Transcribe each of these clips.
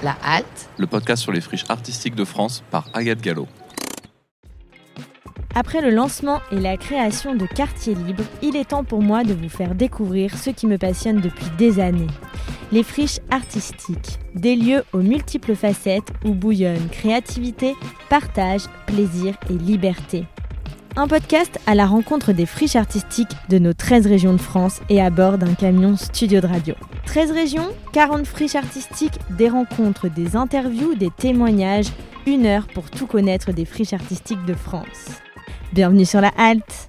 La Halte, le podcast sur les friches artistiques de France par Agathe Gallo. Après le lancement et la création de Quartier Libre, il est temps pour moi de vous faire découvrir ce qui me passionne depuis des années. Les friches artistiques, des lieux aux multiples facettes où bouillonnent créativité, partage, plaisir et liberté. Un podcast à la rencontre des friches artistiques de nos 13 régions de France et à bord d'un camion studio de radio. 13 régions, 40 friches artistiques, des rencontres, des interviews, des témoignages, 1 heure pour tout connaître des friches artistiques de France. Bienvenue sur La Halte.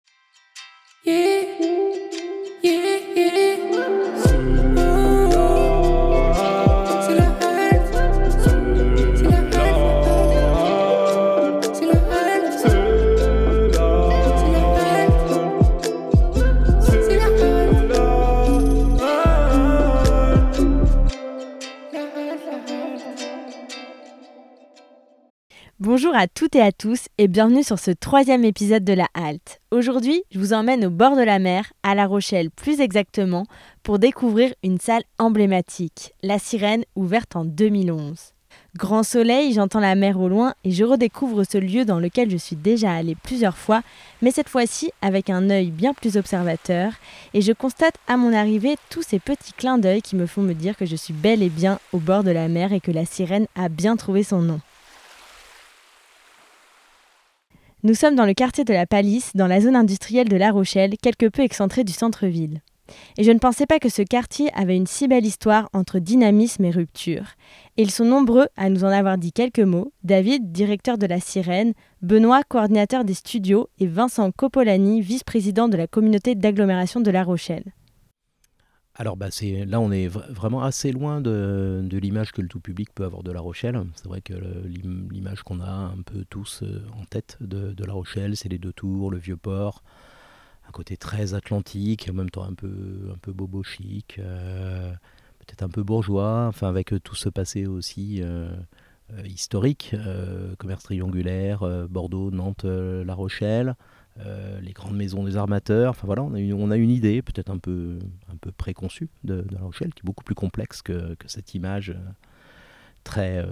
Bonjour à toutes et à tous et bienvenue sur ce 3e épisode de La Halte. Aujourd'hui, je vous emmène au bord de la mer, à La Rochelle plus exactement, pour découvrir une salle emblématique, La Sirène, ouverte en 2011. Grand soleil, j'entends la mer au loin et je redécouvre ce lieu dans lequel je suis déjà allée plusieurs fois, mais cette fois-ci avec un œil bien plus observateur, et je constate à mon arrivée tous ces petits clins d'œil qui me font me dire que je suis bel et bien au bord de la mer et que La Sirène a bien trouvé son nom. Nous sommes dans le quartier de la Palisse, dans la zone industrielle de La Rochelle, quelque peu excentrée du centre-ville. Et je ne pensais pas que ce quartier avait une si belle histoire entre dynamisme et rupture. Et ils sont nombreux à nous en avoir dit quelques mots. David, directeur de La Sirène, Benoît, coordinateur des studios, et Vincent Coppolani, vice-président de la communauté d'agglomération de La Rochelle. Alors là on est vraiment assez loin de l'image que le tout public peut avoir de La Rochelle. C'est vrai que l'image qu'on a un peu tous en tête de La Rochelle, c'est les 2 tours, le vieux port, un côté très atlantique, en même temps un peu bobo chic, peut-être un peu bourgeois, enfin avec tout ce passé aussi historique, commerce triangulaire, Bordeaux, Nantes, La Rochelle. Les grandes maisons des armateurs, enfin voilà, on a une idée peut-être un peu préconçue de La Rochelle, qui est beaucoup plus complexe que cette image très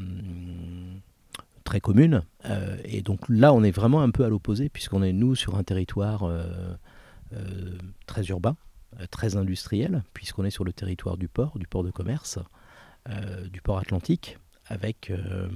commune. Et donc là, on est vraiment un peu à l'opposé, puisqu'on est, nous, sur un territoire très urbain, très industriel, puisqu'on est sur le territoire du port de commerce, du port Atlantique, avec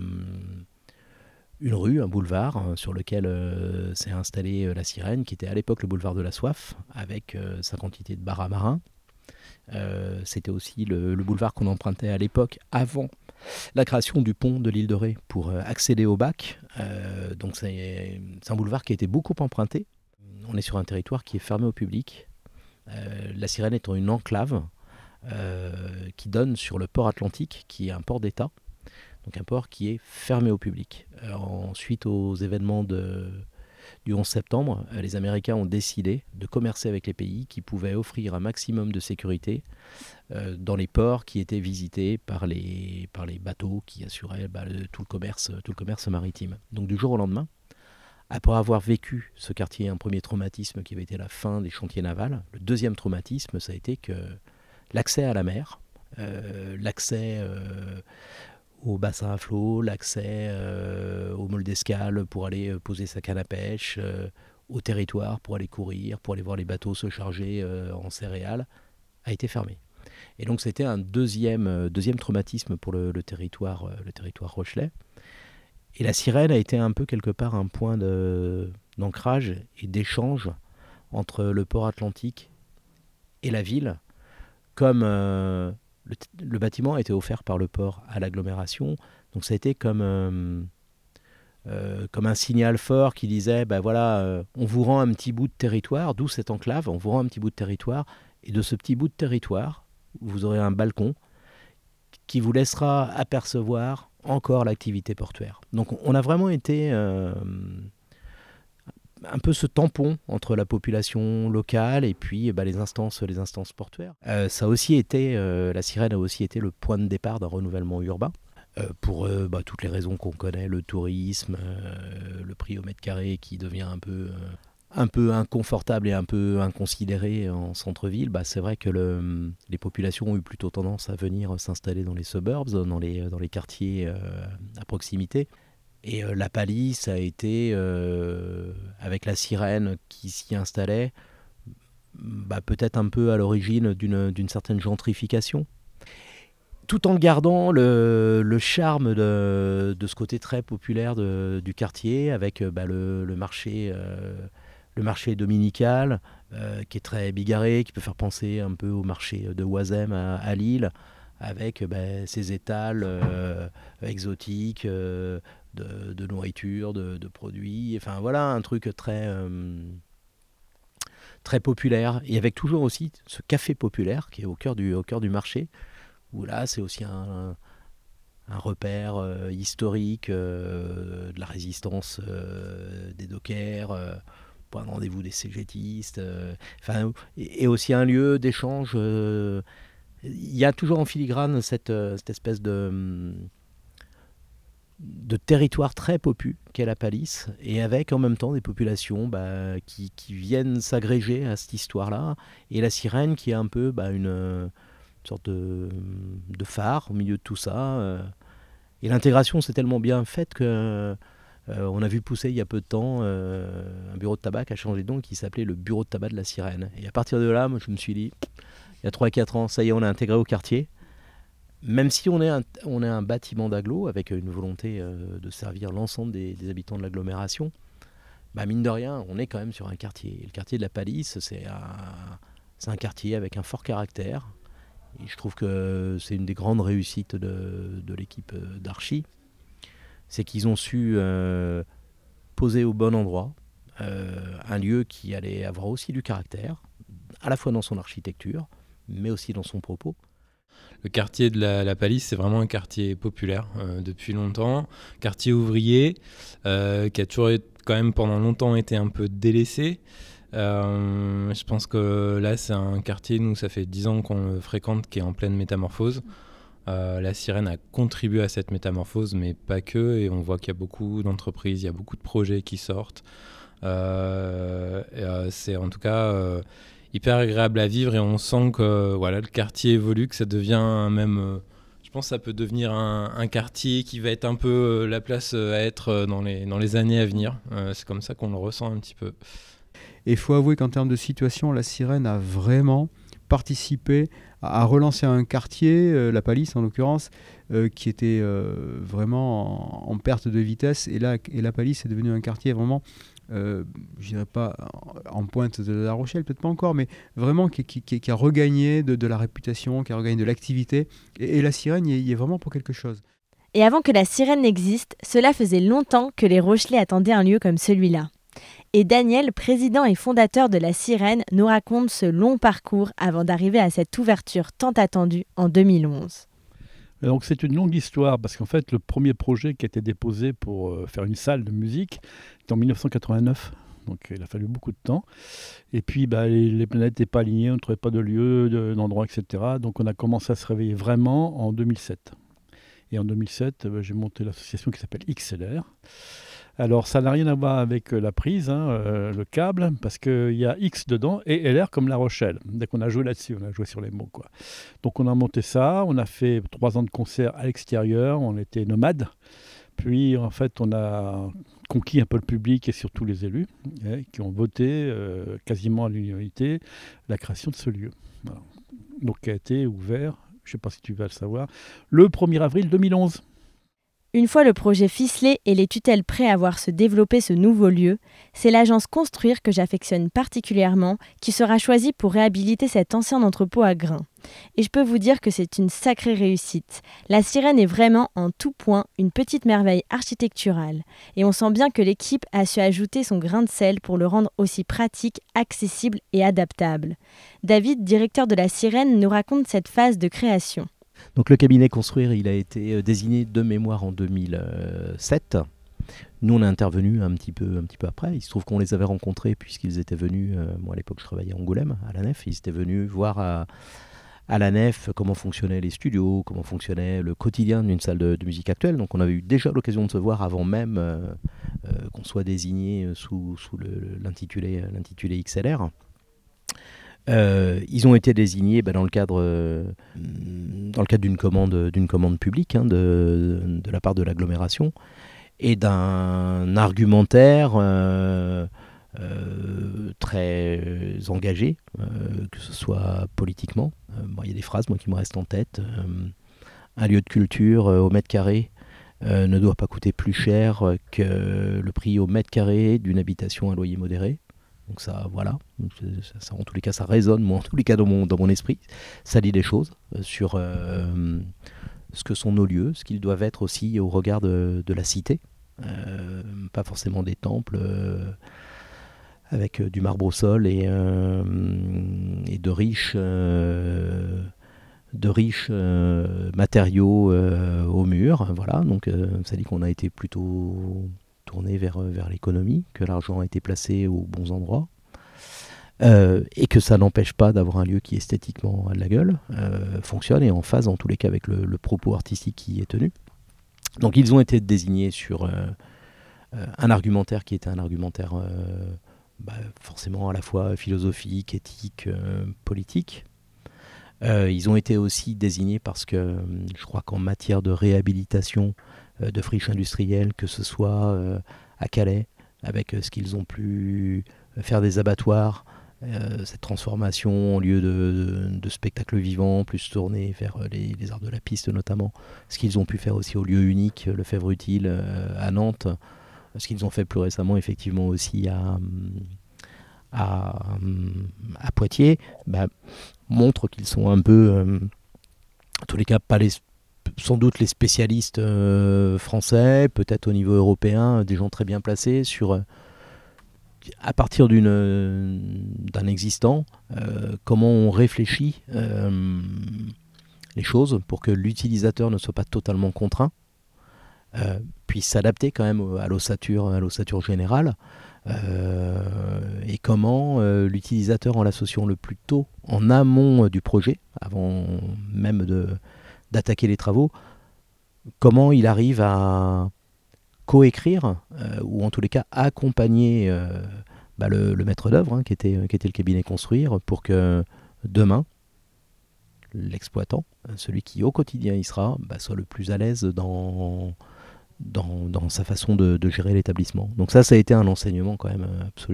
une rue, un boulevard sur lequel s'est installée La Sirène, qui était à l'époque le boulevard de la Soif, avec sa quantité de bars à marins. C'était aussi le boulevard qu'on empruntait à l'époque, avant la création du pont de l'île de Ré, pour accéder au bac. Donc c'est un boulevard qui a été beaucoup emprunté. On est sur un territoire qui est fermé au public. La Sirène étant une enclave qui donne sur le port Atlantique, qui est un port d'État. Donc un port qui est fermé au public. Suite aux événements du 11 septembre, les Américains ont décidé de commercer avec les pays qui pouvaient offrir un maximum de sécurité dans les ports qui étaient visités par les bateaux qui assuraient tout le commerce maritime. Donc du jour au lendemain, après avoir vécu ce quartier, un premier traumatisme qui avait été la fin des chantiers navals, le deuxième traumatisme, ça a été que l'accès à la mer, l'accès au bassin à flot, l'accès au môle d'escale pour aller poser sa canne à pêche, au territoire pour aller courir, pour aller voir les bateaux se charger en céréales, a été fermé. Et donc c'était un deuxième traumatisme pour le territoire rochelais. Et La Sirène a été un peu quelque part un point d'ancrage et d'échange entre le port Atlantique et la ville, comme le bâtiment a été offert par le port à l'agglomération, donc ça a été comme un signal fort qui disait on vous rend un petit bout de territoire, d'où cette enclave, on vous rend un petit bout de territoire, et de ce petit bout de territoire, vous aurez un balcon qui vous laissera apercevoir encore l'activité portuaire. Donc on a vraiment été un peu ce tampon entre la population locale et puis les instances portuaires. Ça a aussi été, La Sirène a aussi été le point de départ d'un renouvellement urbain. Pour toutes les raisons qu'on connaît, le tourisme, le prix au mètre carré qui devient un peu un peu inconfortable et un peu inconsidéré en centre-ville, c'est vrai que les populations ont eu plutôt tendance à venir s'installer dans les suburbs, dans les quartiers à proximité. Et la palisse a été, avec la sirène qui s'y installait, peut-être un peu à l'origine d'une certaine gentrification, tout en gardant le charme de ce côté très populaire du quartier, avec le marché dominical, qui est très bigarré, qui peut faire penser un peu au marché de Oisem à Lille, avec ces étals exotiques de nourriture, de produits, enfin voilà, un truc très populaire, et avec toujours aussi ce café populaire qui est au cœur du marché, où là c'est aussi un repère historique de la résistance des dockers, point de rendez-vous des cégétistes, et aussi un lieu d'échange. Il y a toujours en filigrane cette espèce de territoire très popu qu'est la palisse, et avec en même temps des populations qui viennent s'agréger à cette histoire-là, et la sirène qui est un peu une sorte de phare au milieu de tout ça. Et l'intégration s'est tellement bien faite que on a vu pousser il y a peu de temps un bureau de tabac qui a changé de nom, qui s'appelait le bureau de tabac de la sirène. Et à partir de là, moi je me suis dit, il y a 3-4 ans, ça y est, on est intégré au quartier. Même si on est un bâtiment d'agglo avec une volonté de servir l'ensemble des habitants de l'agglomération, mine de rien, on est quand même sur un quartier. Et le quartier de la Palisse, c'est un quartier avec un fort caractère. Et je trouve que c'est une des grandes réussites de l'équipe d'Archi. C'est qu'ils ont su poser au bon endroit un lieu qui allait avoir aussi du caractère, à la fois dans son architecture, mais aussi dans son propos. Le quartier de la Palisse, c'est vraiment un quartier populaire depuis longtemps, quartier ouvrier, qui a toujours quand même pendant longtemps été un peu délaissé. Je pense que là, c'est un quartier, nous, ça fait 10 ans qu'on le fréquente, qui est en pleine métamorphose. La sirène a contribué à cette métamorphose, mais pas que, et on voit qu'il y a beaucoup d'entreprises, il y a beaucoup de projets qui sortent. C'est en tout cas hyper agréable à vivre, et on sent que le quartier évolue, que ça devient même... je pense que ça peut devenir un quartier qui va être un peu la place à être dans les années à venir. C'est comme ça qu'on le ressent un petit peu. Et il faut avouer qu'en termes de situation, la sirène a vraiment participé à relancer un quartier, la Palisse en l'occurrence, qui était vraiment en perte de vitesse. Et la Palisse est devenue un quartier vraiment, je dirais pas en pointe de La Rochelle, peut-être pas encore, mais vraiment qui a regagné de la réputation, qui a regagné de l'activité. Et la sirène y est vraiment pour quelque chose. Et avant que la sirène n'existe, cela faisait longtemps que les Rochelais attendaient un lieu comme celui-là. Et Daniel, président et fondateur de la Sirène, nous raconte ce long parcours avant d'arriver à cette ouverture tant attendue en 2011. Donc c'est une longue histoire, parce qu'en fait le premier projet qui a été déposé pour faire une salle de musique était en 1989. Donc il a fallu beaucoup de temps. Et puis les planètes n'étaient pas alignées, on ne trouvait pas de lieu, d'endroit, etc. Donc on a commencé à se réveiller vraiment en 2007. Et en 2007, j'ai monté l'association qui s'appelle XLR. Alors, ça n'a rien à voir avec la prise, le câble, parce qu'il y a X dedans et LR comme La Rochelle. Dès qu'on a joué là-dessus, on a joué sur les mots, quoi. Donc, on a monté ça, on a fait 3 ans de concerts à l'extérieur, on était nomades. Puis, en fait, on a conquis un peu le public et surtout les élus, qui ont voté quasiment à l'unanimité la création de ce lieu. Voilà. Donc, qui a été ouvert, je ne sais pas si tu vas le savoir, le 1er avril 2011. Une fois le projet ficelé et les tutelles prêts à voir se développer ce nouveau lieu, c'est l'agence Construire que j'affectionne particulièrement qui sera choisie pour réhabiliter cet ancien entrepôt à grains. Et je peux vous dire que c'est une sacrée réussite. La Sirène est vraiment en tout point une petite merveille architecturale. Et on sent bien que l'équipe a su ajouter son grain de sel pour le rendre aussi pratique, accessible et adaptable. David, directeur de la Sirène, nous raconte cette phase de création. Donc le cabinet Construire, il a été désigné de mémoire en 2007. Nous, on est intervenu un petit peu après. Il se trouve qu'on les avait rencontrés puisqu'ils étaient venus, moi à l'époque je travaillais à Angoulême, à la Nef, ils étaient venus voir à à la nef comment fonctionnaient les studios, comment fonctionnait le quotidien d'une salle de musique actuelle. Donc on avait eu déjà l'occasion de se voir avant même qu'on soit désigné sous l'intitulé XLR. Ils ont été désignés dans le cadre d'une commande publique de la part de l'agglomération et d'un argumentaire très engagé, que ce soit politiquement. Il y a des phrases qui me restent en tête. Un lieu de culture au mètre carré ne doit pas coûter plus cher que le prix au mètre carré d'une habitation à loyer modéré. Donc ça, voilà, ça, en tous les cas, ça résonne, moi, en tous les cas, dans mon esprit. Ça dit des choses sur ce que sont nos lieux, ce qu'ils doivent être aussi au regard de la cité. Pas forcément des temples avec du marbre au sol et de riches matériaux au mur. Voilà, donc ça dit qu'on a été plutôt tourné vers l'économie, que l'argent a été placé aux bons endroits, et que ça n'empêche pas d'avoir un lieu qui esthétiquement a de la gueule, fonctionne et en phase en tous les cas avec le propos artistique qui est tenu. Donc ils ont été désignés sur un argumentaire qui était un argumentaire forcément à la fois philosophique, éthique, politique. Ils ont été aussi désignés parce que je crois qu'en matière de réhabilitation de friches industrielles, que ce soit à Calais, avec ce qu'ils ont pu faire des abattoirs, cette transformation en lieu de spectacle vivant, plus tourné vers les arts de la piste notamment, ce qu'ils ont pu faire aussi au lieu unique, le Fèvre Utile à Nantes, ce qu'ils ont fait plus récemment effectivement aussi à Poitiers, montre qu'ils sont un peu, en tous les cas, pas sans doute les spécialistes français, peut-être au niveau européen, des gens très bien placés sur, à partir d'un existant, comment on réfléchit les choses pour que l'utilisateur ne soit pas totalement contraint, puisse s'adapter quand même à l'ossature générale, et comment l'utilisateur, en l'associant le plus tôt en amont du projet, avant même d'attaquer les travaux, comment il arrive à coécrire, ou en tous les cas accompagner le maître d'œuvre, qui était le cabinet Construire, pour que demain, l'exploitant, celui qui au quotidien y sera, soit le plus à l'aise dans sa façon de gérer l'établissement. Donc ça a été un enseignement quand même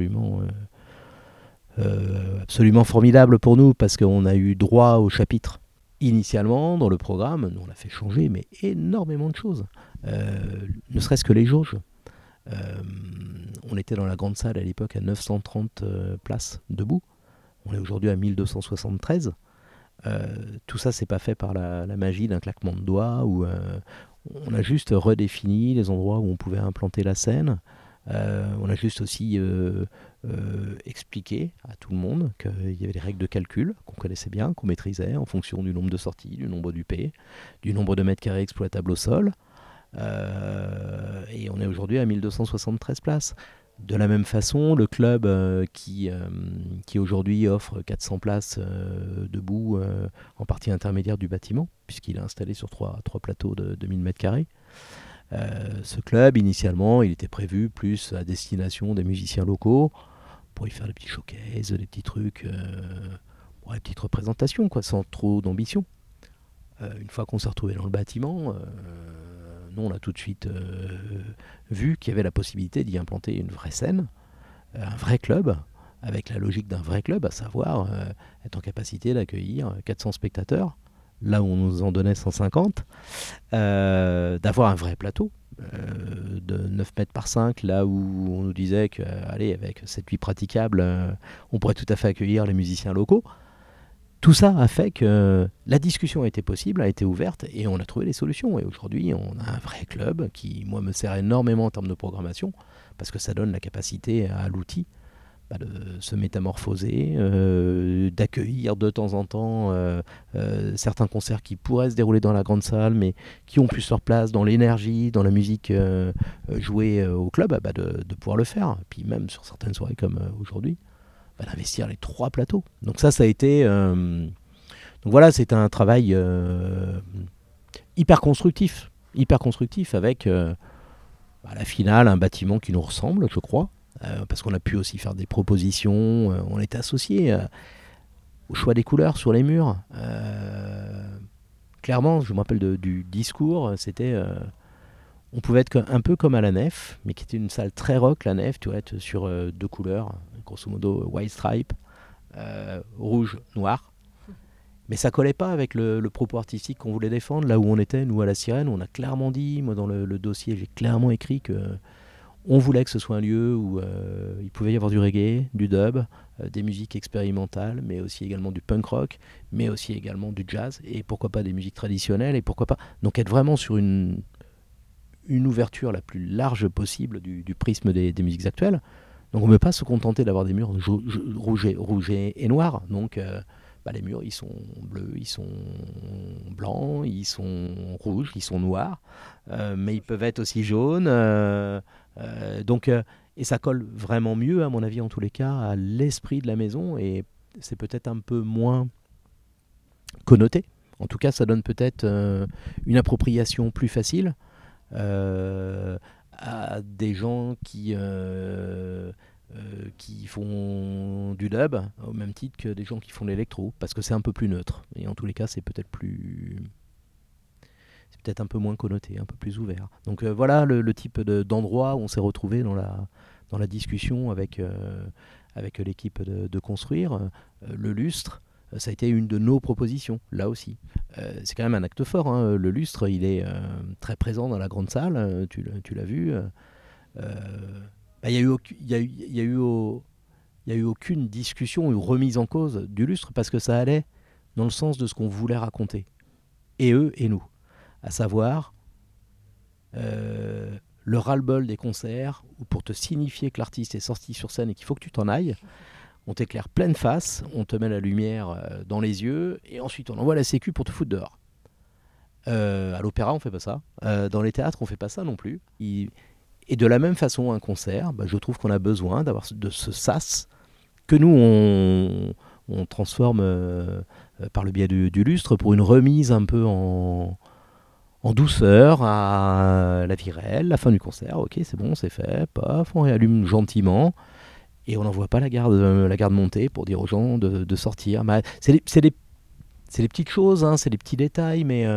absolument formidable pour nous, parce qu'on a eu droit au chapitre initialement dans le programme. Nous on a fait changer mais énormément de choses, ne serait-ce que les jauges. On était dans la grande salle à l'époque à 930 places debout, on est aujourd'hui à 1273. Tout ça c'est pas fait par la magie d'un claquement de doigts, ou on a juste redéfini les endroits où on pouvait implanter la scène. On a juste aussi expliqué à tout le monde qu'il y avait des règles de calcul qu'on connaissait bien, qu'on maîtrisait en fonction du nombre de sorties, du nombre d'UP, du nombre de mètres carrés exploitables au sol. Et on est aujourd'hui à 1273 places. De la même façon, le club qui aujourd'hui offre 400 places debout en partie intermédiaire du bâtiment, puisqu'il est installé sur trois plateaux de 1000 m². Ce club, initialement, il était prévu plus à destination des musiciens locaux, pour y faire des petits showcases, des petits trucs, des petites représentations, sans trop d'ambition. Une fois qu'on s'est retrouvé dans le bâtiment, nous on a tout de suite vu qu'il y avait la possibilité d'y implanter une vraie scène, un vrai club, avec la logique d'un vrai club, à savoir être en capacité d'accueillir 400 spectateurs, là où on nous en donnait 150, d'avoir un vrai plateau de 9 mètres par 5, là où on nous disait que, avec 7-8 praticables, on pourrait tout à fait accueillir les musiciens locaux. Tout ça a fait que la discussion a été possible, a été ouverte, et on a trouvé des solutions. Et aujourd'hui, on a un vrai club qui, moi, me sert énormément en termes de programmation, parce que ça donne la capacité à l'outil de se métamorphoser, d'accueillir de temps en temps certains concerts qui pourraient se dérouler dans la grande salle, mais qui ont plus leur place dans l'énergie, dans la musique jouée au club, de pouvoir le faire. Puis même sur certaines soirées comme aujourd'hui, d'investir les 3 plateaux. Donc ça a été Donc voilà, c'est un travail hyper constructif avec à la finale un bâtiment qui nous ressemble, je crois, parce qu'on a pu aussi faire des propositions, on était associés au choix des couleurs sur les murs. Clairement, je me rappelle du discours, c'était... on pouvait être un peu comme à la Nef, mais qui était une salle très rock, la Nef, tu vois, être sur 2 couleurs, grosso modo white stripe, rouge, noir. Mais ça collait pas avec le propos artistique qu'on voulait défendre. Là où on était, nous à la Sirène, on a clairement dit, moi dans le dossier, j'ai clairement écrit que on voulait que ce soit un lieu où il pouvait y avoir du reggae, du dub, des musiques expérimentales, mais aussi également du punk rock, mais aussi également du jazz, et pourquoi pas des musiques traditionnelles, et pourquoi pas... Donc être vraiment sur une ouverture la plus large possible du prisme des musiques actuelles. Donc on ne peut pas se contenter d'avoir des murs rouges et noirs. Donc les murs, ils sont bleus, ils sont blancs, ils sont rouges, ils sont noirs, mais ils peuvent être aussi jaunes. Et ça colle vraiment mieux, à mon avis, en tous les cas, à l'esprit de la maison, et c'est peut-être un peu moins connoté. En tout cas, ça donne peut-être une appropriation plus facile à des gens qui font du dub, au même titre que des gens qui font de l'électro, parce que c'est un peu plus neutre. Et en tous les cas, c'est peut-être un peu moins connoté, un peu plus ouvert. Donc voilà le type d'endroit où on s'est retrouvé dans la discussion avec l'équipe de Construire. Le lustre, ça a été une de nos propositions, là aussi. C'est quand même un acte fort, hein. Le lustre, il est très présent dans la grande salle, tu l'as vu. Il n'y a eu aucune discussion ou remise en cause du lustre, parce que ça allait dans le sens de ce qu'on voulait raconter, et eux et nous, à savoir le ras-le-bol des concerts, où pour te signifier que l'artiste est sorti sur scène et qu'il faut que tu t'en ailles, on t'éclaire pleine face, on te met la lumière dans les yeux, et ensuite on envoie la sécu pour te foutre dehors. À l'opéra, on fait pas ça. Dans les théâtres, on fait pas ça non plus. Et de la même façon, un concert, je trouve qu'on a besoin d'avoir de ce sas que nous, on transforme par le biais du lustre pour une remise un peu en douceur à la virelle, la fin du concert. Ok, c'est bon, c'est fait, paf, on réallume gentiment. Et on n'envoie pas la garde montée pour dire aux gens de sortir. C'est des petites choses, hein, c'est des petits détails, mais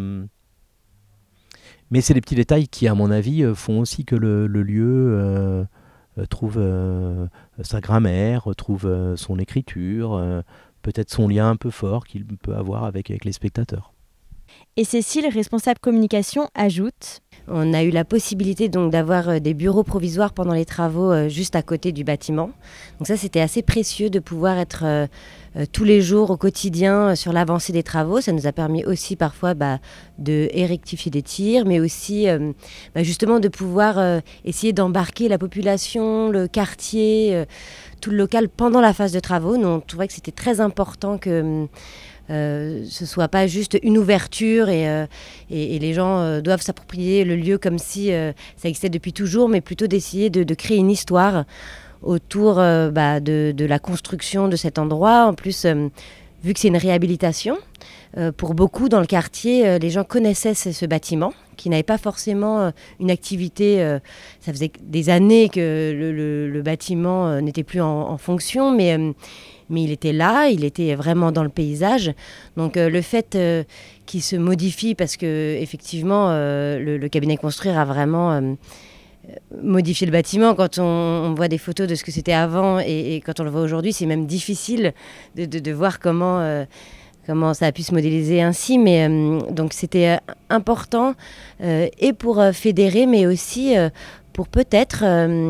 c'est des petits détails qui, à mon avis, font aussi que le lieu trouve sa grammaire, trouve son écriture, peut-être son lien un peu fort qu'il peut avoir avec les spectateurs. Et Cécile, responsable communication, ajoute: on a eu la possibilité donc d'avoir des bureaux provisoires pendant les travaux juste à côté du bâtiment. Donc ça, c'était assez précieux de pouvoir être tous les jours au quotidien sur l'avancée des travaux. Ça nous a permis aussi parfois de rectifier des tirs, mais aussi justement de pouvoir essayer d'embarquer la population, le quartier, tout le local pendant la phase de travaux. Nous, on trouvait que c'était très important que ce soit pas juste une ouverture et les gens doivent s'approprier le lieu comme si ça existait depuis toujours, mais plutôt d'essayer de créer une histoire autour de la construction de cet endroit. En plus, vu que c'est une réhabilitation, pour beaucoup dans le quartier, les gens connaissaient ce bâtiment, qui n'avait pas forcément une activité. Ça faisait des années que le bâtiment n'était plus en fonction, mais il était là, il était vraiment dans le paysage. Donc le fait qu'il se modifie, parce que effectivement le cabinet Construire a vraiment modifié le bâtiment. Quand on voit des photos de ce que c'était avant et quand on le voit aujourd'hui, c'est même difficile de voir comment ça a pu se modéliser ainsi. Mais donc c'était important et pour fédérer, mais aussi pour peut-être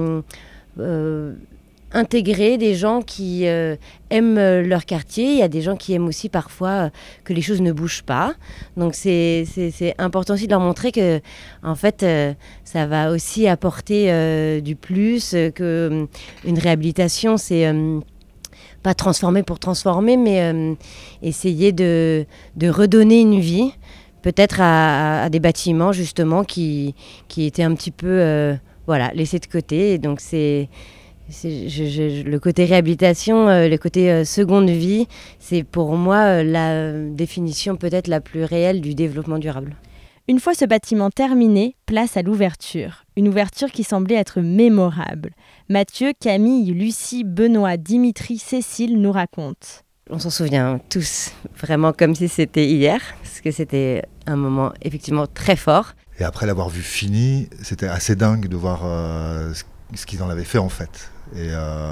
intégrer des gens qui aiment leur quartier. Il y a des gens qui aiment aussi parfois que les choses ne bougent pas. Donc c'est important aussi de leur montrer que en fait ça va aussi apporter du plus, que une réhabilitation c'est pas transformer pour transformer, mais essayer de redonner une vie peut-être à des bâtiments justement qui étaient un petit peu laissés de côté. Et donc Le côté réhabilitation, le côté seconde vie, c'est pour moi la définition peut-être la plus réelle du développement durable. Une fois ce bâtiment terminé, place à l'ouverture. Une ouverture qui semblait être mémorable. Mathieu, Camille, Lucie, Benoît, Dimitri, Cécile nous racontent. On s'en souvient tous, vraiment comme si c'était hier, parce que c'était un moment effectivement très fort. Et après l'avoir vu fini, c'était assez dingue de voir ce qu'ils en avaient fait en fait. Et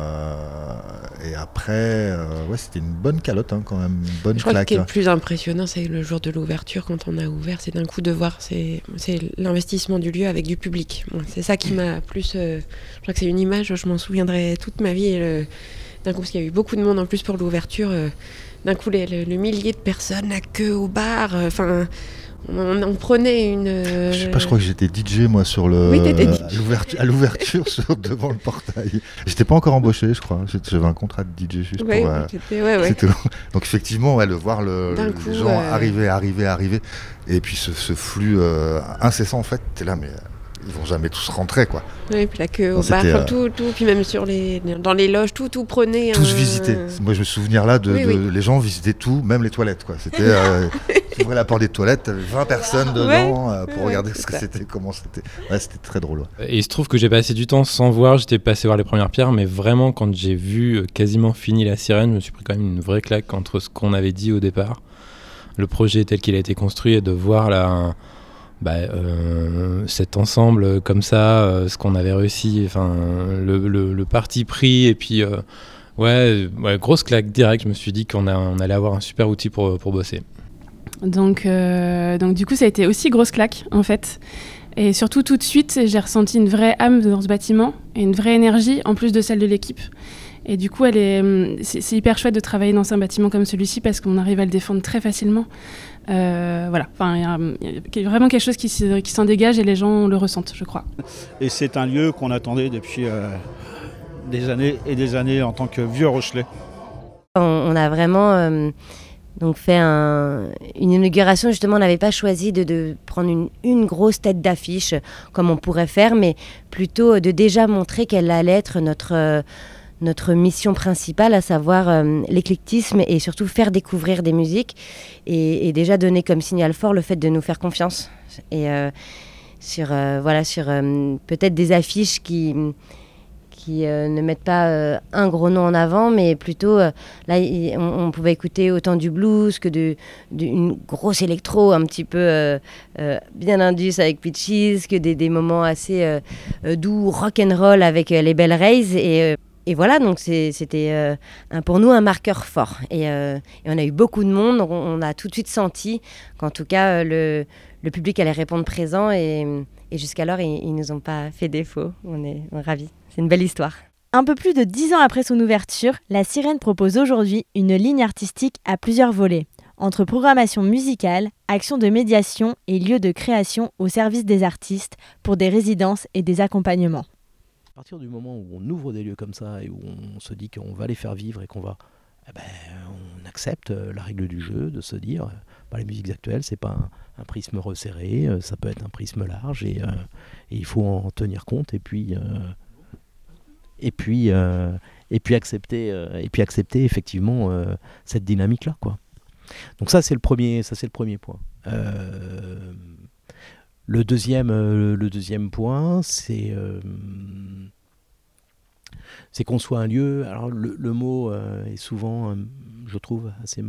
après, ouais, c'était une bonne calotte quand même, une bonne Je crois claque. que ce qui est le plus impressionnant, c'est le jour de l'ouverture, quand on a ouvert, c'est d'un coup de voir, c'est l'investissement du lieu avec du public. Bon, c'est ça qui m'a plus... je crois que c'est une image, je m'en souviendrai toute ma vie. D'un coup, parce qu'il y a eu beaucoup de monde en plus pour l'ouverture, d'un coup le millier de personnes, la queue au bar, on prenait une... Je sais pas, je crois que j'étais DJ moi sur le... Oui, t'étais DJ. à l'ouverture devant le portail. J'étais pas encore embauché, je crois. J'avais un contrat de DJ juste ouais, pour... ouais. C'était... Donc effectivement, ouais, voir D'un coup, les gens arriver. Et puis ce flux incessant, en fait, t'es là, mais ils vont jamais tous rentrer, quoi. Oui, puis la queue au bar, tout, puis même dans les loges, tout prenait... Tous visitaient. Moi, je me souviens là les gens visitaient tout, même les toilettes, quoi. C'était... tu ouvrais la porte des toilettes, t'avais 20 personnes dedans pour regarder ce que c'était, comment c'était. Ouais, c'était très drôle. Ouais. Et il se trouve que j'ai passé du temps sans voir, j'étais passé voir les premières pierres, mais vraiment quand j'ai vu quasiment fini la sirène, je me suis pris quand même une vraie claque entre ce qu'on avait dit au départ, le projet tel qu'il a été construit, et de voir cet ensemble comme ça, ce qu'on avait réussi, enfin le parti pris, et puis grosse claque direct. Je me suis dit qu'on allait avoir un super outil pour bosser. Donc du coup ça a été aussi grosse claque en fait, et surtout tout de suite j'ai ressenti une vraie âme dans ce bâtiment et une vraie énergie en plus de celle de l'équipe, et du coup c'est hyper chouette de travailler dans un bâtiment comme celui-ci parce qu'on arrive à le défendre très facilement. Voilà, il y a vraiment quelque chose qui s'en dégage et les gens le ressentent, je crois. Et c'est un lieu qu'on attendait depuis des années et des années en tant que vieux Rochelais. On a vraiment donc fait une inauguration. Justement, on n'avait pas choisi de prendre une grosse tête d'affiche comme on pourrait faire, mais plutôt de déjà montrer quelle allait être notre mission principale, à savoir l'éclectisme et surtout faire découvrir des musiques, et déjà donner comme signal fort le fait de nous faire confiance, et sur peut-être des affiches qui ne mettent pas un gros nom en avant, mais plutôt là on pouvait écouter autant du blues que d'une grosse électro un petit peu bien indus avec Peaches, que des moments assez doux, rock'n'roll avec les Bell Rays, et voilà, donc c'était pour nous un marqueur fort. Et on a eu beaucoup de monde, donc on a tout de suite senti qu'en tout cas le public allait répondre présent, et jusqu'alors ils nous ont pas fait défaut. On est ravis, c'est une belle histoire. Un peu plus de 10 ans après son ouverture, la Sirène propose aujourd'hui une ligne artistique à plusieurs volets, entre programmation musicale, actions de médiation et lieux de création au service des artistes pour des résidences et des accompagnements. À partir du moment où on ouvre des lieux comme ça et où on se dit qu'on va les faire vivre et qu'on va, on accepte la règle du jeu de se dire, les musiques actuelles, c'est pas un prisme resserré, ça peut être un prisme large, et il faut en tenir compte, et puis accepter effectivement cette dynamique-là, quoi. Donc ça c'est le premier point. Le deuxième point, c'est qu'on soit un lieu. Alors le mot est souvent, je trouve, assez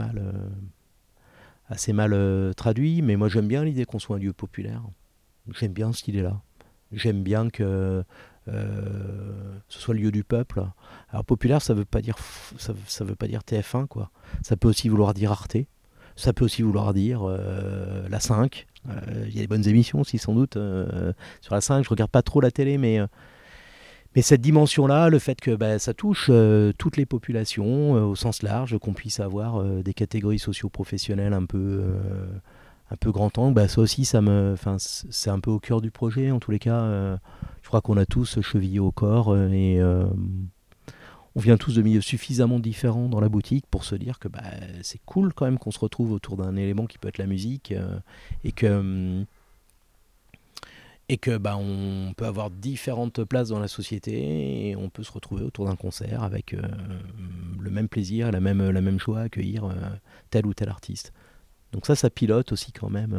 mal traduit, mais moi j'aime bien l'idée qu'on soit un lieu populaire. J'aime bien cette idée-là. J'aime bien que ce soit le lieu du peuple. Alors populaire, ça veut pas dire TF1, quoi. Ça peut aussi vouloir dire Arte. Ça peut aussi vouloir dire la 5. Il y a des bonnes émissions aussi sans doute sur la 5. Je regarde pas trop la télé, mais cette dimension-là, le fait que ça touche toutes les populations au sens large, qu'on puisse avoir des catégories socio-professionnelles un peu grand angle, ça aussi, c'est un peu au cœur du projet. En tous les cas, je crois qu'on a tous chevillé au corps, et on vient tous de milieux suffisamment différents dans la boutique pour se dire que c'est cool quand même qu'on se retrouve autour d'un élément qui peut être la musique, et que Et que on peut avoir différentes places dans la société et on peut se retrouver autour d'un concert avec le même plaisir, la même joie à accueillir tel ou tel artiste. Donc ça pilote aussi quand même.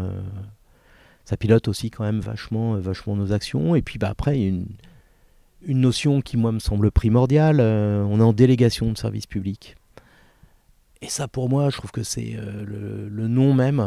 Vachement nos actions. Et puis après, il y a une notion qui moi me semble primordiale. On est en délégation de service public. Et ça, pour moi, je trouve que c'est le nom même.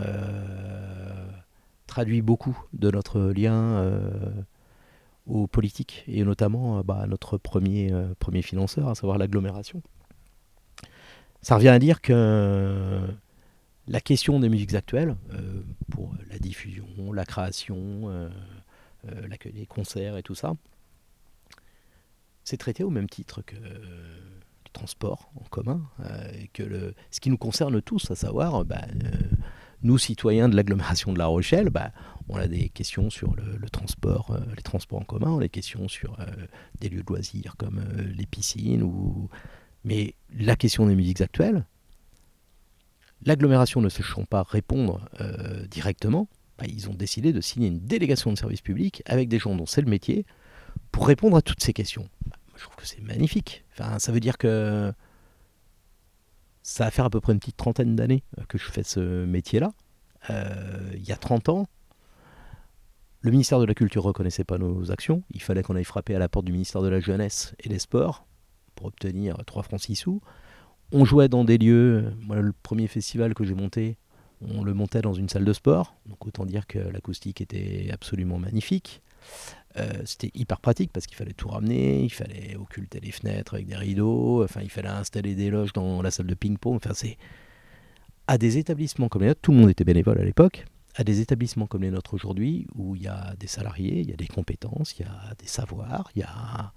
Traduit beaucoup de notre lien aux politiques et notamment à notre premier financeur, à savoir l'agglomération. Ça revient à dire que la question des musiques actuelles, pour la diffusion, la création, les concerts et tout ça, c'est traité au même titre que le transport en commun, et que ce qui nous concerne tous, à savoir nous, citoyens de l'agglomération de La Rochelle, on a des questions sur le transport, les transports en commun, on a des questions sur des lieux de loisirs comme les piscines. Mais la question des musiques actuelles, l'agglomération ne sachant pas répondre directement, ils ont décidé de signer une délégation de service public avec des gens dont c'est le métier pour répondre à toutes ces questions. Je trouve que c'est magnifique. Enfin, ça veut dire que ça va faire à peu près une petite 30aine d'années que je fais ce métier-là. Il y a 30 ans, le ministère de la Culture ne reconnaissait pas nos actions. Il fallait qu'on aille frapper à la porte du ministère de la Jeunesse et des Sports pour obtenir 3 francs 6 sous. On jouait dans des lieux. Moi, le premier festival que j'ai monté, on le montait dans une salle de sport. Donc autant dire que l'acoustique était absolument magnifique. C'était hyper pratique parce qu'il fallait tout ramener, il fallait occulter les fenêtres avec des rideaux, il fallait installer des loges dans la salle de ping-pong. C'est à des établissements comme les nôtres, tout le monde était bénévole à l'époque, à des établissements comme les nôtres aujourd'hui, où il y a des salariés, il y a des compétences, il y a des savoirs, il y a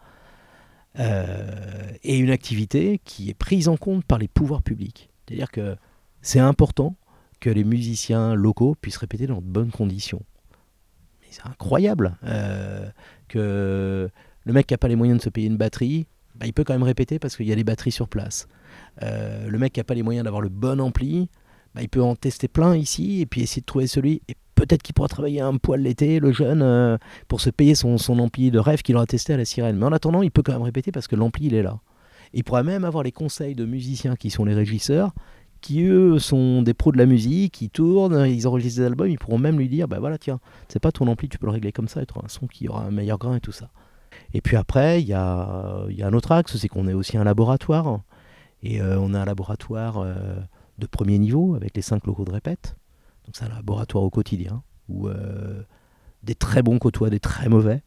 et une activité qui est prise en compte par les pouvoirs publics. C'est-à-dire que c'est important que les musiciens locaux puissent répéter dans de bonnes conditions. C'est incroyable que le mec qui n'a pas les moyens de se payer une batterie, il peut quand même répéter parce qu'il y a des batteries sur place. Le mec qui n'a pas les moyens d'avoir le bon ampli, il peut en tester plein ici et puis essayer de trouver celui. Et peut-être qu'il pourra travailler un poil l'été, le jeune, pour se payer son ampli de rêve qu'il aura testé à la Sirène. Mais en attendant, il peut quand même répéter parce que l'ampli, il est là. Il pourra même avoir les conseils de musiciens qui sont les régisseurs, qui eux sont des pros de la musique, ils tournent, ils enregistrent des albums, ils pourront même lui dire voilà tiens, c'est pas ton ampli, tu peux le régler comme ça et tu auras un son qui aura un meilleur grain et tout ça. Et puis après, il y a un autre axe, c'est qu'on est aussi un laboratoire. Et on a un laboratoire de premier niveau avec les 5 locaux de répète. Donc c'est un laboratoire au quotidien où des très bons côtoient des très mauvais.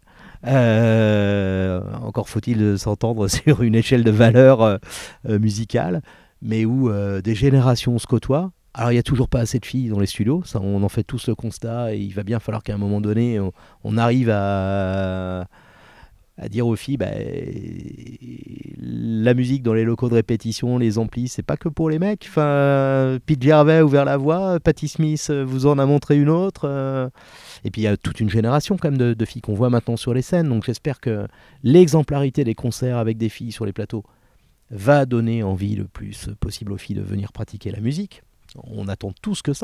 Encore faut-il s'entendre sur une échelle de valeur musicale, mais où des générations se côtoient. Alors il n'y a toujours pas assez de filles dans les studios, ça, on en fait tous le constat, et il va bien falloir qu'à un moment donné, on arrive à dire aux filles, la musique dans les locaux de répétition, les amplis, c'est pas que pour les mecs. Pete Gervais a ouvert la voie, Patti Smith vous en a montré une autre. Et puis il y a toute une génération quand même de filles qu'on voit maintenant sur les scènes. Donc j'espère que l'exemplarité des concerts avec des filles sur les plateaux va donner envie le plus possible aux filles de venir pratiquer la musique. On attend tous que ça.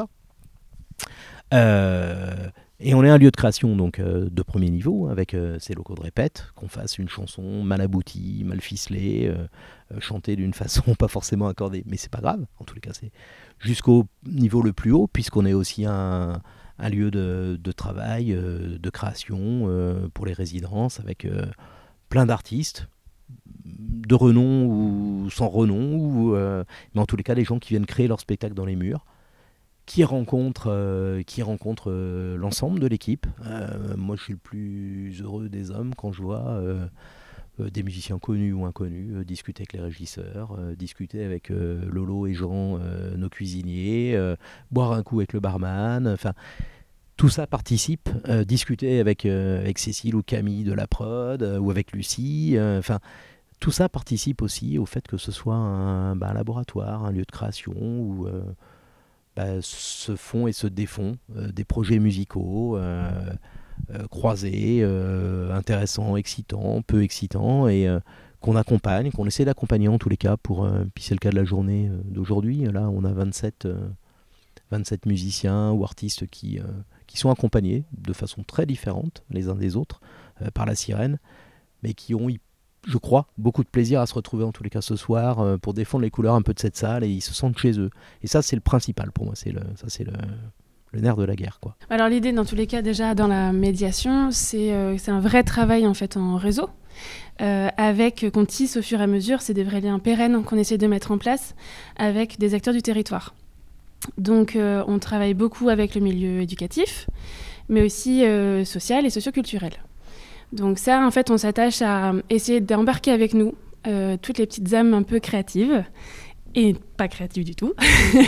Et on est un lieu de création donc de premier niveau avec ces locaux de répète, qu'on fasse une chanson mal aboutie, mal ficelée, chantée d'une façon pas forcément accordée, mais c'est pas grave, en tous les cas c'est jusqu'au niveau le plus haut, puisqu'on est aussi un lieu de travail, de création pour les résidences, avec plein d'artistes, de renom ou sans renom, mais en tous les cas des gens qui viennent créer leur spectacle dans les murs, qui rencontre l'ensemble de l'équipe. Moi, je suis le plus heureux des hommes quand je vois des musiciens connus ou inconnus discuter avec les régisseurs, discuter avec Lolo et Jean, nos cuisiniers, boire un coup avec le barman. Enfin, tout ça participe. Discuter avec Cécile ou Camille de la prod ou avec Lucie. Tout ça participe aussi au fait que ce soit un laboratoire, un lieu de création où se font et se défont des projets musicaux croisés, intéressants, excitants, peu excitants, et qu'on accompagne, qu'on essaie d'accompagner en tous les cas, puis c'est le cas de la journée d'aujourd'hui. Là, on a 27 musiciens ou artistes qui qui sont accompagnés de façon très différente les uns des autres par la sirène, mais qui ont, je crois, beaucoup de plaisir à se retrouver en tous les cas ce soir pour défendre les couleurs un peu de cette salle, et ils se sentent chez eux. Et ça, c'est le principal pour moi, c'est le nerf de la guerre, quoi. Alors l'idée, dans tous les cas, déjà dans la médiation, c'est un vrai travail en fait en réseau, qu'on tisse au fur et à mesure. C'est des vrais liens pérennes qu'on essaie de mettre en place avec des acteurs du territoire. Donc on travaille beaucoup avec le milieu éducatif, mais aussi social et socioculturel. Donc ça, en fait, on s'attache à essayer d'embarquer avec nous toutes les petites âmes un peu créatives, et pas créatives du tout,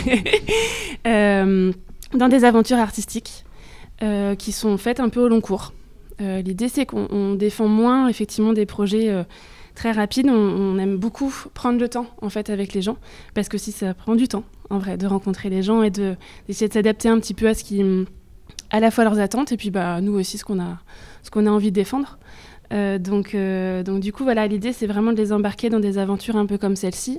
dans des aventures artistiques qui sont faites un peu au long cours. L'idée, c'est qu'on défend moins effectivement des projets très rapides. On aime beaucoup prendre le temps en fait avec les gens, parce que si ça prend du temps en vrai de rencontrer les gens et d'essayer de s'adapter un petit peu à ce qui, à la fois leurs attentes et puis nous aussi ce qu'on a envie de défendre. Donc du coup voilà, l'idée c'est vraiment de les embarquer dans des aventures un peu comme celle-ci,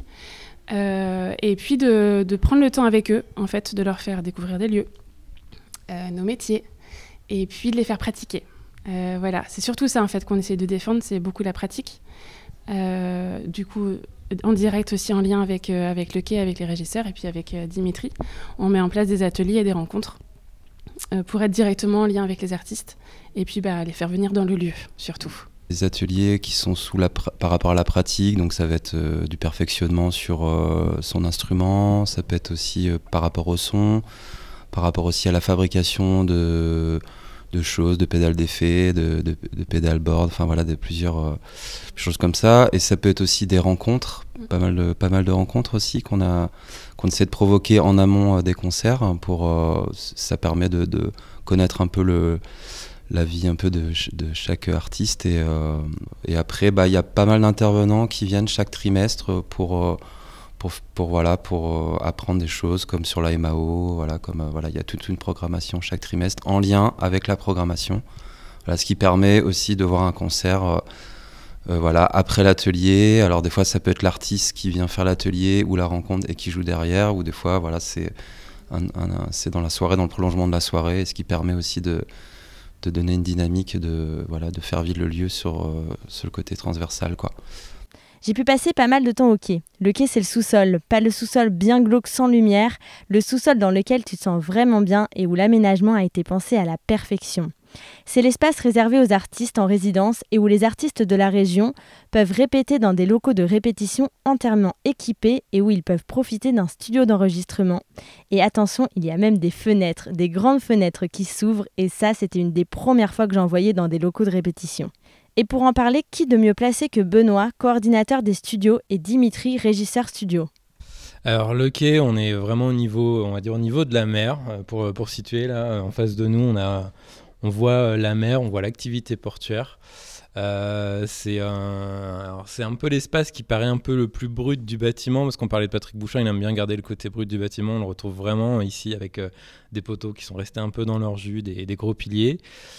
et puis de prendre le temps avec eux en fait, de leur faire découvrir des lieux, nos métiers, et puis de les faire pratiquer. Voilà, c'est surtout ça en fait qu'on essaie de défendre, c'est beaucoup la pratique. Du coup, en direct aussi en lien avec le quai, avec les régisseurs et puis avec Dimitri, on met en place des ateliers et des rencontres pour être directement en lien avec les artistes et puis les faire venir dans le lieu surtout. Des ateliers qui sont par rapport à la pratique, donc ça va être du perfectionnement sur son instrument, ça peut être aussi par rapport au son, par rapport aussi à la fabrication de choses, de pédales d'effet, de pédales board, enfin voilà, de plusieurs choses comme ça. Et ça peut être aussi des rencontres, pas mal de rencontres aussi qu'on essaie de provoquer en amont des concerts ça permet de connaître un peu la vie un peu de chaque artiste, et après il y a pas mal d'intervenants qui viennent chaque trimestre pour apprendre des choses comme sur la MAO, il y a toute une programmation chaque trimestre en lien avec la programmation. Voilà, ce qui permet aussi de voir un concert après l'atelier. Alors des fois ça peut être l'artiste qui vient faire l'atelier ou la rencontre et qui joue derrière, ou des fois c'est dans la soirée, dans le prolongement de la soirée, ce qui permet aussi de donner une dynamique, de faire vivre le lieu sur le côté transversal, quoi. J'ai pu passer pas mal de temps au quai. Le quai, c'est le sous-sol. Pas le sous-sol bien glauque sans lumière, le sous-sol dans lequel tu te sens vraiment bien et où l'aménagement a été pensé à la perfection. C'est l'espace réservé aux artistes en résidence et où les artistes de la région peuvent répéter dans des locaux de répétition entièrement équipés et où ils peuvent profiter d'un studio d'enregistrement. Et attention, il y a même des fenêtres, des grandes fenêtres qui s'ouvrent, et ça, c'était une des premières fois que j'en voyais dans des locaux de répétition. Et pour en parler, qui de mieux placé que Benoît, coordinateur des studios, et Dimitri, régisseur studio. Alors le quai, on est vraiment au niveau de la mer, pour situer là, en face de nous, on voit la mer, on voit l'activité portuaire. C'est un peu l'espace qui paraît un peu le plus brut du bâtiment, parce qu'on parlait de Patrick Bouchard, il aime bien garder le côté brut du bâtiment. On le retrouve vraiment ici avec des poteaux qui sont restés un peu dans leur jus, des gros piliers.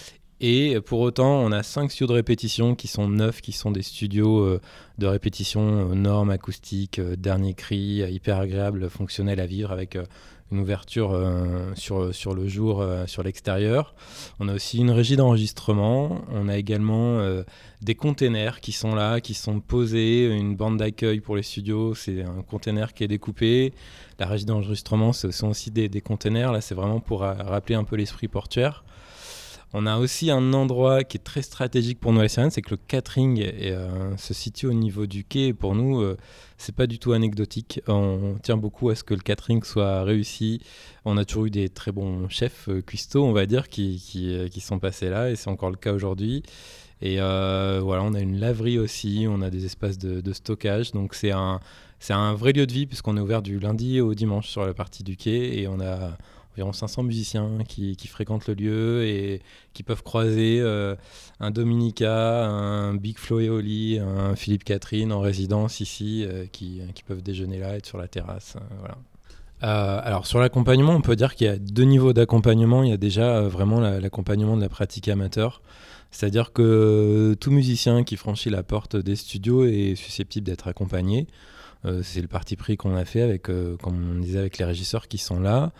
Et pour autant, on a 5 studios de répétition qui sont neufs, qui sont des studios de répétition normes, acoustiques, dernier cri, hyper agréables, fonctionnels à vivre, avec une ouverture sur le jour, sur l'extérieur. On a aussi une régie d'enregistrement. On a également des containers qui sont là, qui sont posés, une bande d'accueil pour les studios. C'est un container qui est découpé. La régie d'enregistrement, ce sont aussi des containers. Là, c'est vraiment pour rappeler un peu l'esprit portuaire. On a aussi un endroit qui est très stratégique pour nous à la Sirène, c'est que le catering se situe au niveau du quai. Et pour nous, c'est pas du tout anecdotique. On tient beaucoup à ce que le catering soit réussi. On a toujours eu des très bons chefs cuistots, on va dire, qui sont passés là, et c'est encore le cas aujourd'hui. Et on a une laverie aussi, on a des espaces de stockage. Donc c'est un vrai lieu de vie, puisqu'on est ouvert du lundi au dimanche sur la partie du quai, et on a environ 500 musiciens qui fréquentent le lieu et qui peuvent croiser un Dominica, un Big Flo et Oli, un Philippe Catherine en résidence ici, qui peuvent déjeuner là, être sur la terrasse. Voilà. Alors sur l'accompagnement, on peut dire qu'il y a 2 niveaux d'accompagnement. Il y a déjà vraiment l'accompagnement de la pratique amateur. C'est-à-dire que tout musicien qui franchit la porte des studios est susceptible d'être accompagné. C'est le parti pris qu'on a fait avec, comme on disait, avec les régisseurs qui sont là.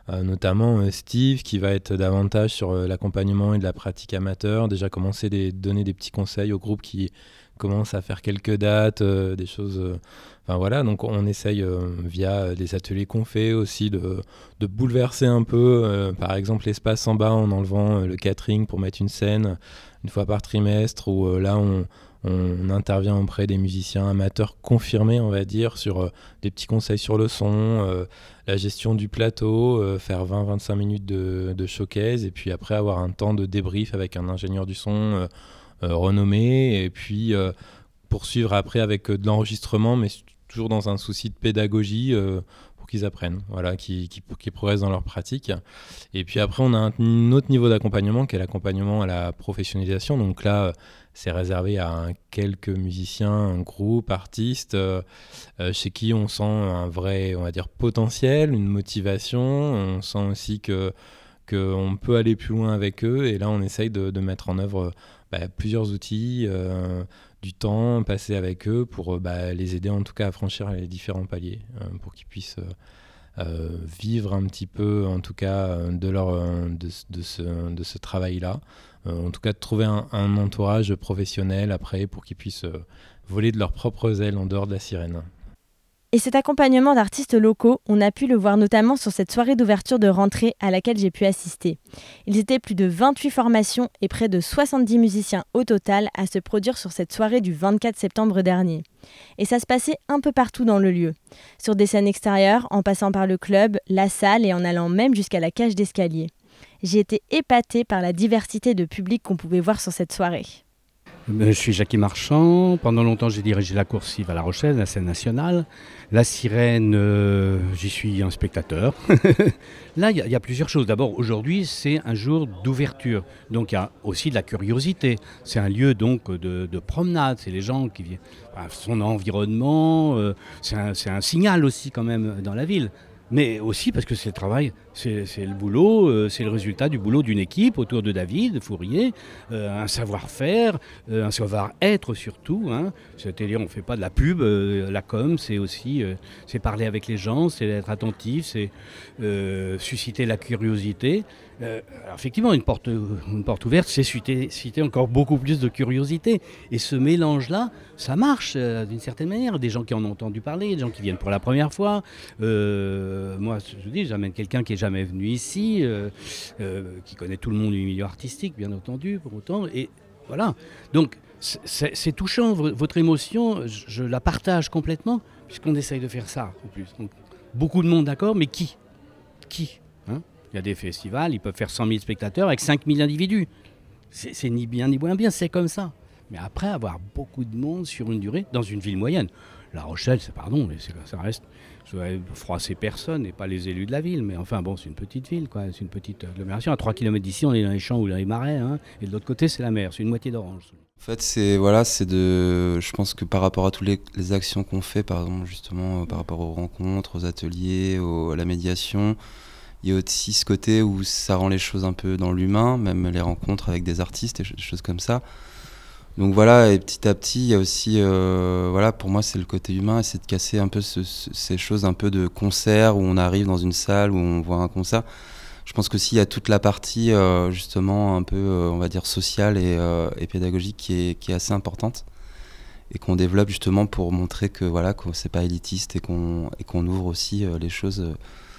notamment Steve qui va être davantage sur l'accompagnement et de la pratique amateur, déjà commencer à donner des petits conseils au groupe qui commence à faire quelques dates, des choses... Enfin voilà, donc on essaye via des ateliers qu'on fait aussi de bouleverser un peu, par exemple l'espace en bas en enlevant le catering pour mettre une scène une fois par trimestre, où là on intervient auprès des musiciens amateurs confirmés, on va dire, sur des petits conseils sur le son, la gestion du plateau, faire 20-25 minutes de showcase, et puis après avoir un temps de débrief avec un ingénieur du son renommé, et puis poursuivre après avec de l'enregistrement, mais toujours dans un souci de pédagogie pour qu'ils apprennent, voilà, qu'ils progressent dans leur pratique. Et puis après, on a un autre niveau d'accompagnement qui est l'accompagnement à la professionnalisation. Donc là, c'est réservé à quelques musiciens, un groupe, artistes, chez qui on sent un vrai, on va dire, potentiel, une motivation. On sent aussi qu'on peut aller plus loin avec eux. Et là, on essaye de mettre en œuvre plusieurs outils, du temps passé avec eux pour les aider en tout cas à franchir les différents paliers, pour qu'ils puissent vivre un petit peu en tout cas de ce travail-là, en tout cas de trouver un entourage professionnel après pour qu'ils puissent voler de leurs propres ailes en dehors de la sirène. Et cet accompagnement d'artistes locaux, on a pu le voir notamment sur cette soirée d'ouverture de rentrée à laquelle j'ai pu assister. Ils étaient plus de 28 formations et près de 70 musiciens au total à se produire sur cette soirée du 24 septembre dernier. Et ça se passait un peu partout dans le lieu. Sur des scènes extérieures, en passant par le club, la salle et en allant même jusqu'à la cage d'escalier. J'ai été épatée par la diversité de public qu'on pouvait voir sur cette soirée. Je suis Jackie Marchand. Pendant longtemps, j'ai dirigé la coursive à La Rochelle, la scène nationale. La sirène, j'y suis un spectateur. Là, il y a plusieurs choses. D'abord, aujourd'hui, c'est un jour d'ouverture. Donc, il y a aussi de la curiosité. C'est un lieu donc de promenade. C'est les gens qui viennent. Enfin, son environnement, c'est un signal aussi quand même dans la ville. Mais aussi parce que c'est le travail, c'est le boulot, c'est le résultat du boulot d'une équipe autour de David Fourier, un savoir-faire, un savoir-être surtout. Hein. C'est-à-dire on ne fait pas de la pub, la com, c'est aussi c'est parler avec les gens, c'est être attentif, c'est susciter la curiosité. Alors effectivement, une porte ouverte, c'est susciter encore beaucoup plus de curiosité. Et ce mélange-là, ça marche d'une certaine manière. Des gens qui en ont entendu parler, des gens qui viennent pour la première fois. Moi, je vous dis, j'amène quelqu'un qui n'est jamais venu ici, qui connaît tout le monde du milieu artistique, bien entendu, pour autant. Et voilà. Donc, c'est touchant. Votre émotion, je la partage complètement, puisqu'on essaye de faire ça, en plus. Donc, beaucoup de monde d'accord, mais qui hein? Il y a des festivals, ils peuvent faire 100 000 spectateurs avec 5 000 individus. C'est ni bien ni moins bien, c'est comme ça. Mais après, avoir beaucoup de monde sur une durée, dans une ville moyenne. La Rochelle, mais ça reste... Je vais froisser personne et pas les élus de la ville. Mais enfin, bon, c'est une petite ville, quoi. C'est une petite agglomération. À 3 km d'ici, on est dans les champs ou dans les marais. Hein, et de l'autre côté, c'est la mer. C'est une moitié d'Orange. En fait, je pense que par rapport à toutes les actions qu'on fait, par exemple, justement, par rapport aux rencontres, aux ateliers, à la médiation, il y a aussi ce côté où ça rend les choses un peu dans l'humain, même les rencontres avec des artistes et des choses comme ça. Donc voilà, et petit à petit, il y a aussi, pour moi, c'est le côté humain, c'est de casser un peu ces choses un peu de concert où on arrive dans une salle, où on voit un concert. Je pense qu'aussi, il y a toute la partie, justement, un peu, on va dire, sociale et pédagogique qui est assez importante et qu'on développe justement pour montrer que c'est pas élitiste et qu'on ouvre aussi les choses...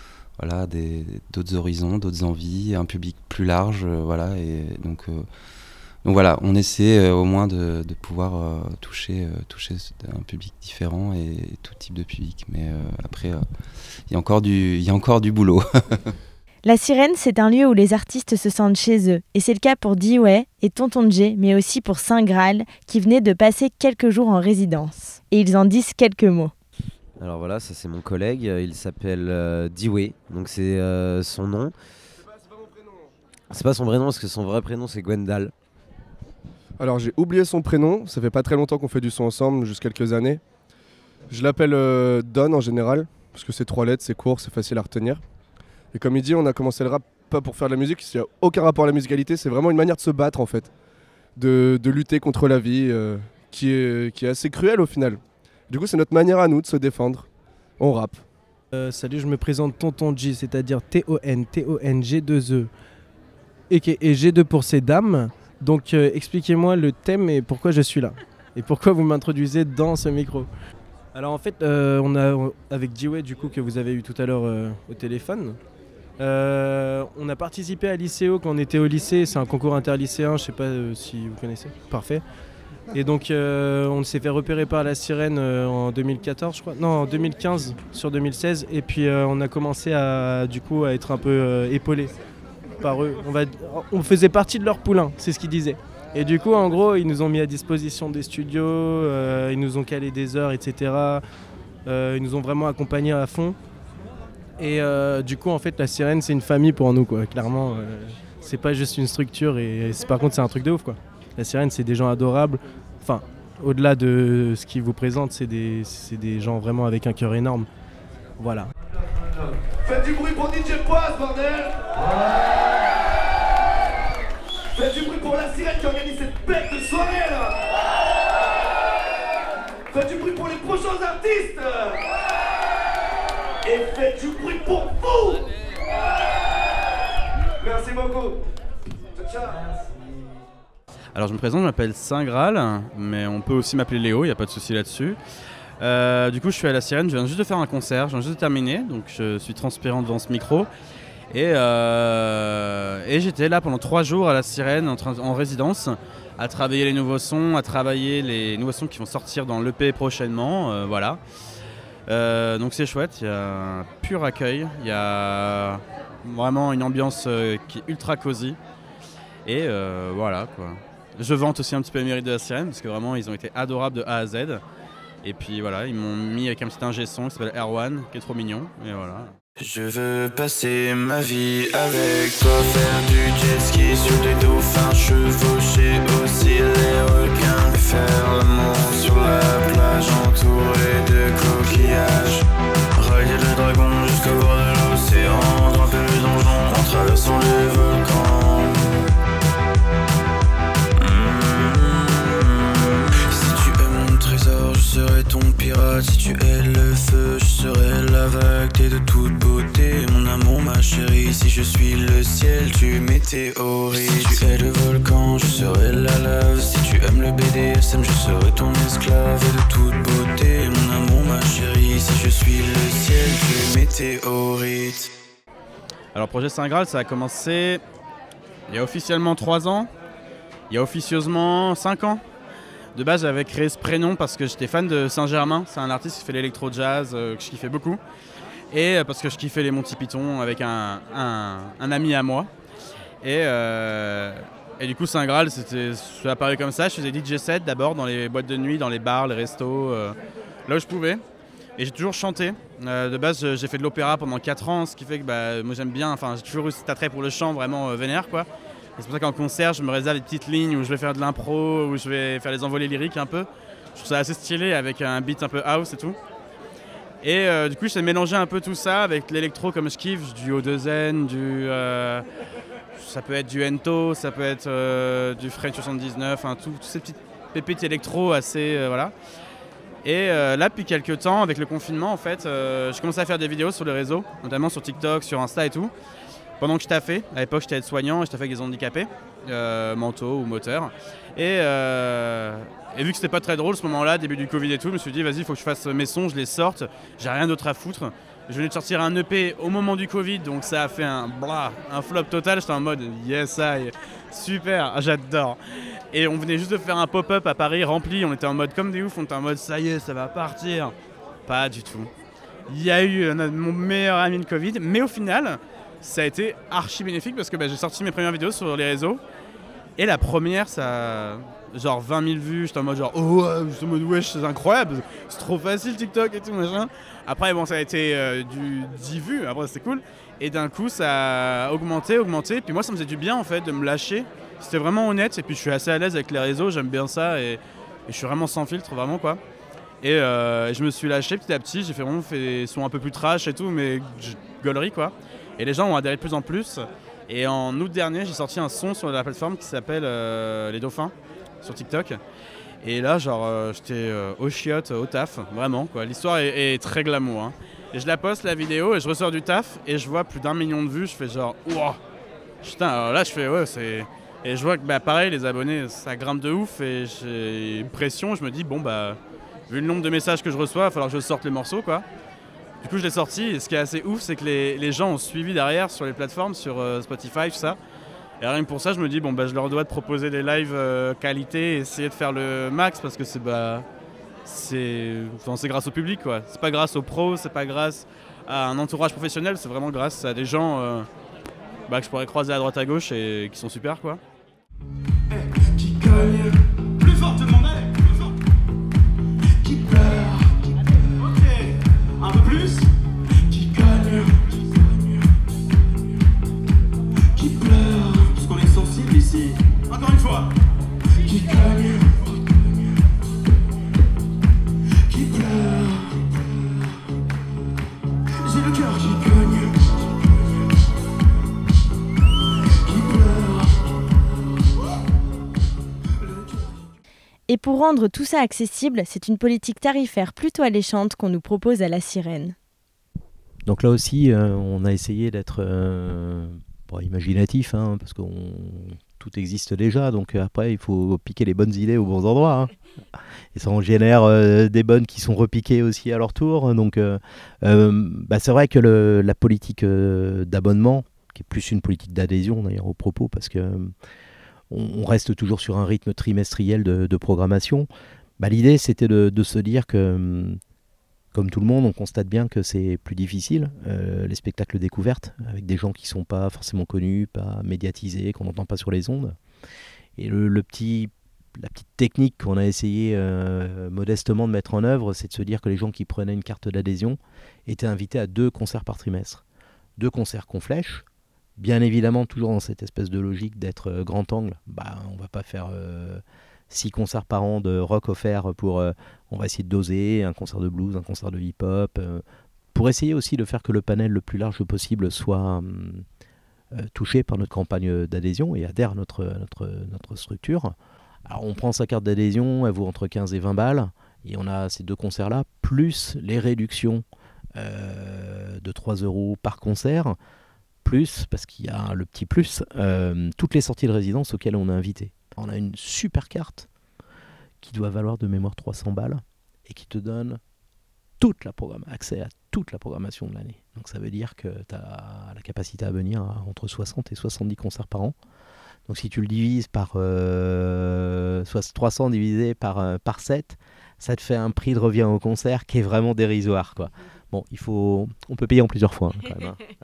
d'autres horizons, d'autres envies, un public plus large, et donc voilà, on essaie au moins de pouvoir toucher un public différent et tout type de public, mais après il y a encore du boulot. La Sirène, c'est un lieu où les artistes se sentent chez eux, et c'est le cas pour Dewey et Tonton J, mais aussi pour Saint Graal, qui venaient de passer quelques jours en résidence. Et ils en disent quelques mots. Alors voilà, ça c'est mon collègue, il s'appelle Dewey, donc c'est son nom. C'est pas son vrai nom parce que son vrai prénom c'est Gwendal. Alors j'ai oublié son prénom, ça fait pas très longtemps qu'on fait du son ensemble, juste quelques années. Je l'appelle Don en général, parce que c'est 3 lettres, c'est court, c'est facile à retenir. Et comme il dit, on a commencé le rap pas pour faire de la musique, il n'y a aucun rapport à la musicalité, c'est vraiment une manière de se battre en fait, de lutter contre la vie, qui est assez cruelle au final. Du coup, c'est notre manière à nous de se défendre. On rappe. Salut, je me présente Tonton G, c'est-à-dire T-O-N-G-2-E. Et G2 pour ces dames. Donc expliquez-moi le thème et pourquoi je suis là. Et pourquoi vous m'introduisez dans ce micro. Alors en fait, on a avec Dewey du coup que vous avez eu tout à l'heure au téléphone. On a participé à l'ICO quand on était au lycée. C'est un concours interlycéen, je sais pas si vous connaissez. Parfait. Et donc on s'est fait repérer par la Sirène en 2014 je crois. Non, en 2015 sur 2016. Et puis on a commencé à être un peu épaulé par eux. On faisait partie de leur poulain, c'est ce qu'ils disaient. Et du coup, en gros, ils nous ont mis à disposition des studios, ils nous ont calé des heures, etc. Ils nous ont vraiment accompagnés à fond. Et du coup, en fait, la Sirène, c'est une famille pour nous, quoi. Clairement, c'est pas juste une structure. Et par contre, c'est un truc de ouf, quoi. La Sirène, c'est des gens adorables. Enfin, au-delà de ce qu'ils vous présentent, c'est des gens vraiment avec un cœur énorme. Voilà. Faites du bruit pour DJ Poise, bordel! Faites du bruit pour la Sirène qui organise cette bête de soirée, là! Faites du bruit pour les prochains artistes! Et faites du bruit pour vous! Merci beaucoup! Ciao, ciao! Alors je me présente, je m'appelle Saint Graal, mais on peut aussi m'appeler Léo, il n'y a pas de souci là-dessus. Du coup je suis à la Sirène, je viens juste de faire un concert, je viens juste de terminer, donc je suis transpirant devant ce micro. Et j'étais là pendant 3 jours à la Sirène en résidence, à travailler les nouveaux sons, à travailler les nouveaux sons qui vont sortir dans l'EP prochainement, voilà. Donc c'est chouette, il y a un pur accueil, il y a vraiment une ambiance qui est ultra cosy. Et voilà quoi. Je vante aussi un petit peu les mérites de la Sirène parce que vraiment ils ont été adorables de A à Z. Et puis voilà, ils m'ont mis avec un petit ingé son qui s'appelle Erwan, qui est trop mignon. Et voilà. Je veux passer ma vie avec toi, faire du jet ski sur des dauphins, chevaucher aussi les requins, et faire l'amour sur la plage entourée de coquillages, rider le dragon jusqu'au bord de l'océan, grimper le donjon en traversant les volcans. Je serai ton pirate, si tu es le feu, je serai la vague, t'es de toute beauté, mon amour, ma chérie, si je suis le ciel, tu météorites. Si tu es le volcan, je serai la lave, si tu aimes le BDSM, je serai ton esclave, et de toute beauté, mon amour, ma chérie, si je suis le ciel, tu météorites. Alors projet Saint Graal, ça a commencé il y a officiellement 3 ans, il y a officieusement 5 ans. De base, j'avais créé ce prénom parce que j'étais fan de Saint-Germain. C'est un artiste qui fait l'électro-jazz, que je kiffais beaucoup. Et parce que je kiffais les Monty Python avec un ami à moi. Et du coup, Saint Graal, c'est apparu comme ça. Je faisais DJ set d'abord dans les boîtes de nuit, dans les bars, les restos, là où je pouvais. Et j'ai toujours chanté. De base, j'ai fait de l'opéra pendant 4 ans, ce qui fait que moi j'aime bien, j'ai toujours eu cet attrait pour le chant vraiment vénère, quoi. Et c'est pour ça qu'en concert, je me réserve des petites lignes où je vais faire de l'impro, où je vais faire les envolées lyriques un peu. Je trouve ça assez stylé avec un beat un peu house et tout. Et du coup, j'essaie de mélanger un peu tout ça avec l'électro comme je kiffe, du O2N, ça peut être du Ento, ça peut être du French 79, toutes ces petites pépites électro assez, voilà. Et là, depuis quelques temps, avec le confinement, en fait, j'ai commencé à faire des vidéos sur les réseaux, notamment sur TikTok, sur Insta et tout. Pendant que je taffais, à l'époque j'étais aide-soignant et je taffais avec des handicapés, mentaux ou moteurs. Et vu que c'était pas très drôle ce moment-là, début du Covid et tout, je me suis dit vas-y, il faut que je fasse mes sons, je les sorte, j'ai rien d'autre à foutre. Je venais de sortir un EP au moment du Covid, donc ça a fait un flop total. J'étais en mode yes, super, j'adore. Et on venait juste de faire un pop-up à Paris rempli, on était en mode comme des oufs, on était en mode ça y est, ça va partir. Pas du tout. Il y a eu mon meilleur ami de Covid, mais au final, ça a été archi bénéfique parce que j'ai sorti mes premières vidéos sur les réseaux et la première ça a genre 20 000 vues, j'étais en mode genre oh j'étais en mode wesh c'est incroyable, c'est trop facile TikTok et tout machin. Après ça a été du 10 vues, après c'était cool et d'un coup ça a augmenté puis moi ça me faisait du bien en fait de me lâcher, c'était vraiment honnête et puis je suis assez à l'aise avec les réseaux, j'aime bien ça et je suis vraiment sans filtre vraiment quoi. Et je me suis lâché petit à petit, j'ai fait des sons un peu plus trash et tout mais gaulerie quoi. Et les gens ont adhéré de plus en plus. Et en août dernier, j'ai sorti un son sur la plateforme qui s'appelle Les Dauphins sur TikTok. Et là, j'étais au chiottes, au taf, vraiment, quoi. L'histoire est très glamour. Hein. Et je la poste la vidéo et je ressors du taf et je vois plus d'1 million de vues. Je fais genre, wow, putain, alors là je fais, ouais, c'est. Et je vois que pareil, les abonnés, ça grimpe de ouf et j'ai une pression. Je me dis, bon, vu le nombre de messages que je reçois, il va falloir que je sorte les morceaux, quoi. Du coup, je l'ai sorti et ce qui est assez ouf, c'est que les gens ont suivi derrière sur les plateformes, sur Spotify, tout ça. Et rien que pour ça, je me dis, bon, je leur dois de proposer des lives qualité et essayer de faire le max parce que c'est grâce au public, quoi. C'est pas grâce aux pros, c'est pas grâce à un entourage professionnel, c'est vraiment grâce à des gens que je pourrais croiser à droite à gauche et qui sont super, quoi. Qui cogne plus fort, tout le monde, allez, plus fort. Qui pleure, ok, un peu plus. Qui cogne, qui pleure, parce qu'on est sensible ici. Encore une fois. Qui cogne, qui pleure. J'ai le cœur qui cogne. Et pour rendre tout ça accessible, c'est une politique tarifaire plutôt alléchante qu'on nous propose à La Sirène. Donc là aussi, on a essayé d'être imaginatif, parce que tout existe déjà. Donc après, il faut piquer les bonnes idées aux bons endroits. Et ça en génère des bonnes qui sont repiquées aussi à leur tour. Donc c'est vrai que la politique d'abonnement, qui est plus une politique d'adhésion d'ailleurs au propos, parce que on reste toujours sur un rythme trimestriel de programmation. L'idée, c'était de se dire que, comme tout le monde, on constate bien que c'est plus difficile, les spectacles découvertes, avec des gens qui ne sont pas forcément connus, pas médiatisés, qu'on n'entend pas sur les ondes. Et la petite technique qu'on a essayé modestement de mettre en œuvre, c'est de se dire que les gens qui prenaient une carte d'adhésion étaient invités à 2 concerts par trimestre. 2 concerts qu'on flèche. Bien évidemment, toujours dans cette espèce de logique d'être grand angle, on ne va pas faire 6 concerts par an de rock offert on va essayer de doser un concert de blues, un concert de hip-hop, pour essayer aussi de faire que le panel le plus large possible soit touché par notre campagne d'adhésion et adhère à notre structure. Alors on prend sa carte d'adhésion, elle vaut entre 15 et 20 balles, et on a ces 2 concerts-là, plus les réductions de 3 € par concert, plus, parce qu'il y a le petit plus, toutes les sorties de résidence auxquelles on est invité. On a une super carte qui doit valoir de mémoire 300 balles et qui te donne accès à toute la programmation de l'année. Donc ça veut dire que tu as la capacité à venir à entre 60 et 70 concerts par an. Donc si tu le divises par 300 divisé par 7, ça te fait un prix de revient au concert qui est vraiment dérisoire, quoi. Bon, on peut payer en plusieurs fois quand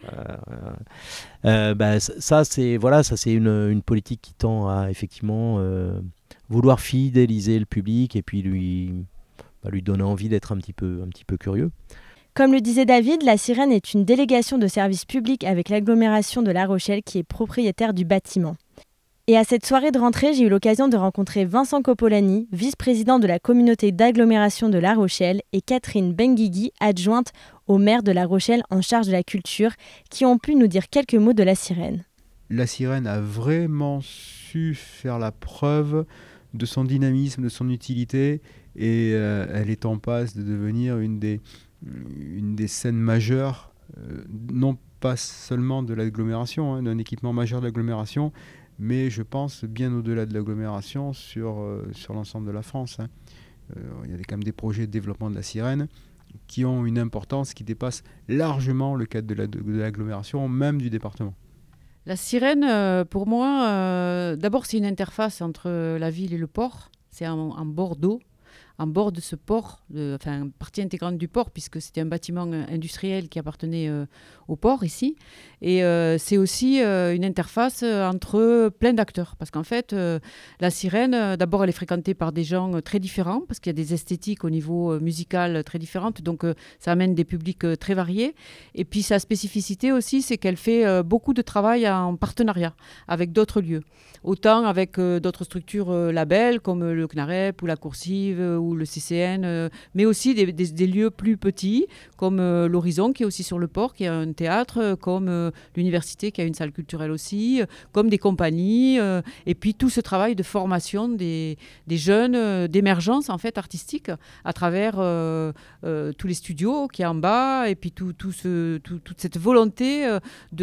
même. Ça c'est une politique qui tend à effectivement vouloir fidéliser le public et puis lui donner envie d'être un petit peu curieux. Comme le disait David, La Sirène est une délégation de service public avec l'agglomération de La Rochelle qui est propriétaire du bâtiment. Et à cette soirée de rentrée, j'ai eu l'occasion de rencontrer Vincent Copolani, vice-président de la communauté d'agglomération de La Rochelle, et Catherine Benguigui, adjointe au maire de La Rochelle en charge de la culture, qui ont pu nous dire quelques mots de La Sirène. La Sirène a vraiment su faire la preuve de son dynamisme, de son utilité, et elle est en passe de devenir une des scènes majeures, non pas seulement de l'agglomération, d'un équipement majeur de l'agglomération, mais je pense bien au-delà de l'agglomération sur l'ensemble de la France. Il y a quand même des projets de développement de La Sirène qui ont une importance qui dépasse largement le cadre de l'agglomération, même du département. La Sirène, pour moi, d'abord c'est une interface entre la ville et le port. C'est en bord d'eau. En bord de ce port, partie intégrante du port, puisque c'était un bâtiment industriel qui appartenait au port ici. Et c'est aussi une interface entre plein d'acteurs. Parce qu'en fait, la Sirène, d'abord, elle est fréquentée par des gens très différents, parce qu'il y a des esthétiques au niveau musical très différentes. Donc, ça amène des publics très variés. Et puis, sa spécificité aussi, c'est qu'elle fait beaucoup de travail en partenariat avec d'autres lieux. Autant avec d'autres structures labels, comme le CNAREP ou la Coursive ou le CCN, mais aussi des lieux plus petits, comme l'Horizon, qui est aussi sur le port, qui a un théâtre, comme l'université, qui a une salle culturelle aussi, comme des compagnies, et puis tout ce travail de formation des jeunes, d'émergence en fait artistique, à travers tous les studios qui est en bas, et puis toute cette volonté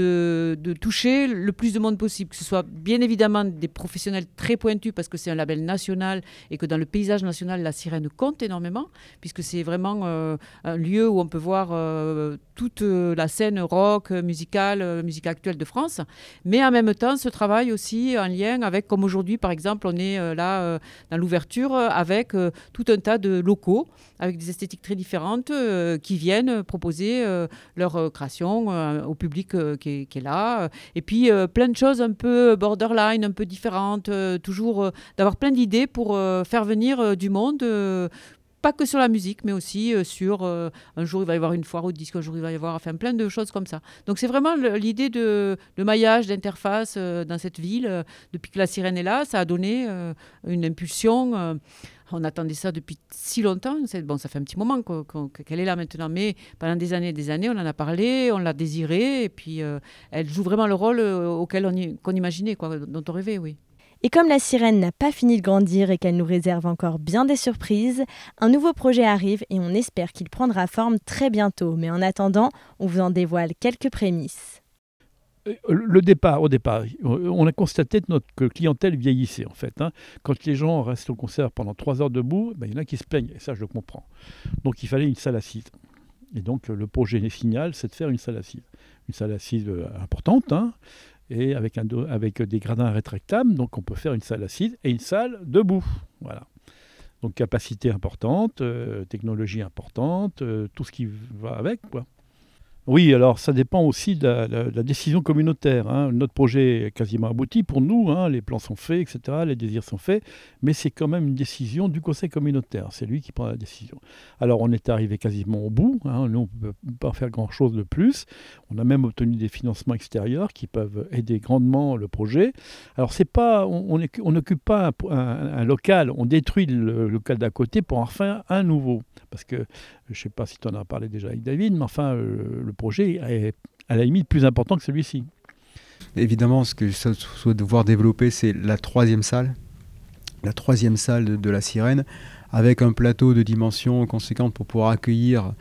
de toucher le plus de monde possible, que ce soit bien évidemment des professionnels très pointus, parce que c'est un label national, et que dans le paysage national, la Sirène compte énormément, puisque c'est vraiment un lieu où on peut voir toute la scène rock, musicale, musique actuelle de France, mais en même temps, ce travail aussi en lien avec, comme aujourd'hui par exemple, on est là dans l'ouverture, avec tout un tas de locaux, avec des esthétiques très différentes, qui viennent proposer leur création au public qui est là, et puis plein de choses un peu borderline, un peu différentes, toujours d'avoir plein d'idées pour faire venir du monde, pas que sur la musique, mais aussi sur un jour il va y avoir une foire au disque, un jour il va y avoir plein de choses comme ça. Donc c'est vraiment l'idée de maillage, d'interface dans cette ville. Depuis que la Sirène est là, ça a donné une impulsion. On attendait ça depuis si longtemps. Bon, ça fait un petit moment qu'elle est là maintenant, mais pendant des années, on en a parlé, on l'a désirée, et puis elle joue vraiment le rôle qu'on imaginait, dont on rêvait, oui. Et comme la Sirène n'a pas fini de grandir et qu'elle nous réserve encore bien des surprises, un nouveau projet arrive et on espère qu'il prendra forme très bientôt. Mais en attendant, on vous en dévoile quelques prémices. Au départ, on a constaté que notre clientèle vieillissait en fait. Quand les gens restent au concert pendant 3 heures debout, il y en a qui se plaignent, et ça je le comprends. Donc il fallait une salle assise. Et donc le projet Signal, c'est de faire une salle assise. Une salle assise importante, et avec des gradins rétractables, donc on peut faire une salle assise et une salle debout. Voilà. Donc capacité importante, technologie importante, tout ce qui va avec, quoi. Oui, alors ça dépend aussi de la décision communautaire. Notre projet est quasiment abouti pour nous, les plans sont faits, etc., les désirs sont faits, mais c'est quand même une décision du conseil communautaire, c'est lui qui prend la décision. Alors on est arrivé quasiment au bout, nous on ne peut pas faire grand-chose de plus, on a même obtenu des financements extérieurs qui peuvent aider grandement le projet. Alors c'est pas, on n'occupe pas un local, on détruit le local d'à côté pour en faire un nouveau, parce que je ne sais pas si tu en as parlé déjà avec David, mais enfin, le projet est à la limite plus important que celui-ci. Évidemment, ce que je souhaite devoir développer, c'est la troisième salle de la Sirène, avec un plateau de dimension conséquente pour pouvoir accueillir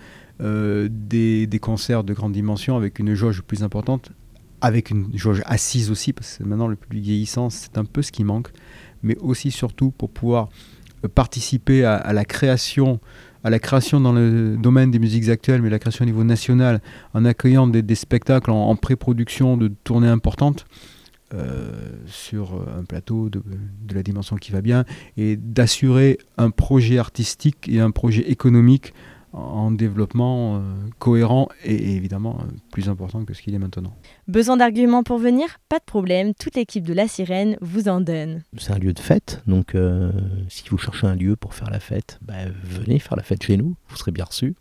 des concerts de grande dimension, avec une jauge plus importante, avec une jauge assise aussi, parce que maintenant le public vieillissant, c'est un peu ce qui manque, mais aussi surtout pour pouvoir participer à la création dans le domaine des musiques actuelles, mais la création au niveau national, en accueillant des spectacles en pré-production de tournées importantes sur un plateau de la dimension qui va bien, et d'assurer un projet artistique et un projet économique en développement cohérent et évidemment plus important que ce qu'il est maintenant. Besoin d'arguments pour venir ? Pas de problème, toute l'équipe de la Sirène vous en donne. C'est un lieu de fête, donc si vous cherchez un lieu pour faire la fête, venez faire la fête chez nous, vous serez bien reçus.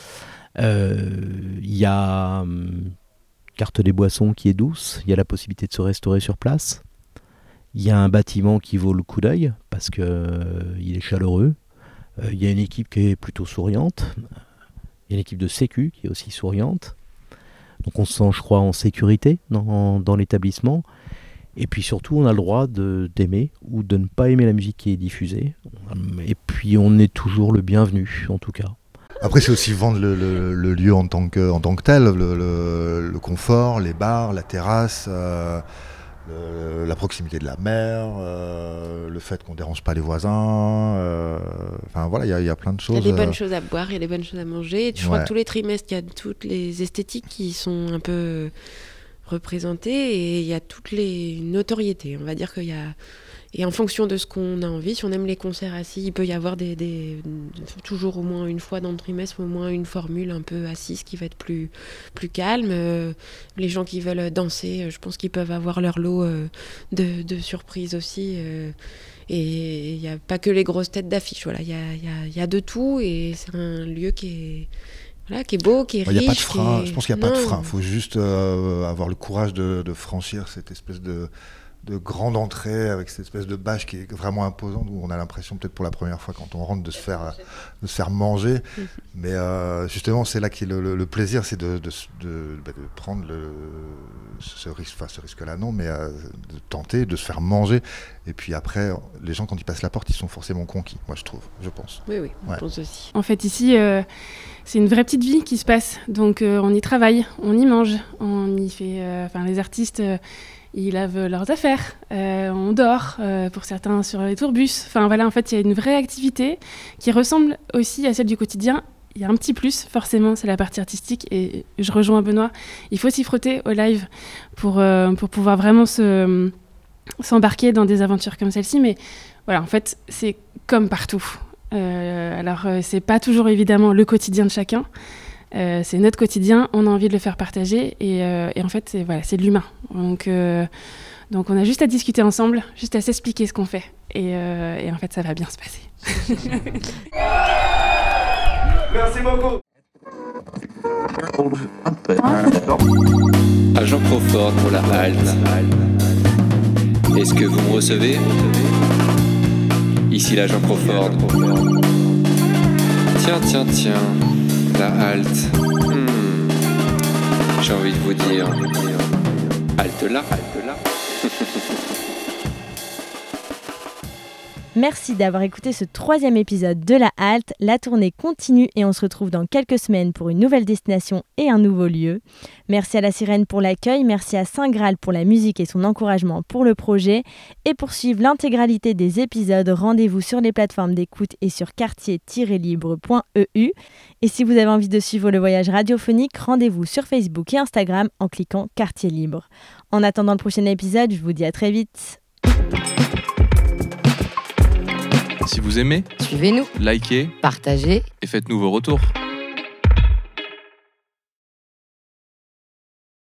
Il y a carte des boissons qui est douce, il y a la possibilité de se restaurer sur place. Il y a un bâtiment qui vaut le coup d'œil parce qu'il est chaleureux. Il y a une équipe qui est plutôt souriante. Il y a une équipe de sécu qui est aussi souriante. Donc on se sent, je crois, en sécurité dans l'établissement. Et puis surtout, on a le droit d'aimer ou de ne pas aimer la musique qui est diffusée. Et puis on est toujours le bienvenu, en tout cas. Après, c'est aussi vendre le lieu en tant que tel, le confort, les bars, la terrasse, la proximité de la mer, le fait qu'on ne dérange pas les voisins. Enfin voilà, il y a plein de choses. Il y a des bonnes choses à boire, il y a des bonnes choses à manger. Je crois que tous les trimestres, il y a toutes les esthétiques qui sont un peu représentées et il y a toutes les notoriétés. On va dire qu'il y a... Et en fonction de ce qu'on a envie, si on aime les concerts assis, il peut y avoir toujours au moins une fois dans le trimestre, au moins une formule un peu assise qui va être plus calme. Les gens qui veulent danser, je pense qu'ils peuvent avoir leur lot de surprises aussi. Et il n'y a pas que les grosses têtes d'affiche. Voilà, il y a de tout et c'est un lieu qui est beau, qui est riche. Il n'y a pas de frein. Je pense qu'il n'y a pas de frein. Il faut juste avoir le courage de franchir cette espèce de grande entrée avec cette espèce de bâche qui est vraiment imposante, où on a l'impression peut-être pour la première fois quand on rentre de se faire manger. Mais justement, c'est là qu'est le plaisir, c'est de prendre ce risque-là, non, mais de tenter, de se faire manger. Et puis après, les gens, quand ils passent la porte, ils sont forcément conquis, moi je pense. Oui, Ouais. je pense aussi. En fait, ici, c'est une vraie petite vie qui se passe. Donc, on y travaille, on y mange, on y fait... les artistes, ils lavent leurs affaires, on dort, pour certains sur les tourbus. Enfin, voilà, en fait, il y a une vraie activité qui ressemble aussi à celle du quotidien. Il y a un petit plus, forcément, c'est la partie artistique. Et je rejoins Benoît, il faut s'y frotter au live pour pouvoir vraiment s'embarquer dans des aventures comme celle-ci. Mais voilà, en fait, c'est comme partout. C'est pas toujours évidemment le quotidien de chacun. C'est notre quotidien, on a envie de le faire partager et en fait c'est de l'humain. Donc on a juste à discuter ensemble, juste à s'expliquer ce qu'on fait et en fait ça va bien se passer. Merci beaucoup. Agent Crawford pour la halte. Est-ce que vous me recevez? Ici l'agent Crawford. Tiens, la halte. J'ai envie de vous dire, halte là. Merci d'avoir écouté ce 3e épisode de La Halte. La tournée continue et on se retrouve dans quelques semaines pour une nouvelle destination et un nouveau lieu. Merci à La Sirène pour l'accueil, merci à Saint Graal pour la musique et son encouragement pour le projet. Et pour suivre l'intégralité des épisodes, rendez-vous sur les plateformes d'écoute et sur quartier-libre.eu. Et si vous avez envie de suivre le voyage radiophonique, rendez-vous sur Facebook et Instagram en cliquant Quartier Libre. En attendant le prochain épisode, je vous dis à très vite. Si vous aimez, suivez-nous, likez, partagez et faites-nous vos retours.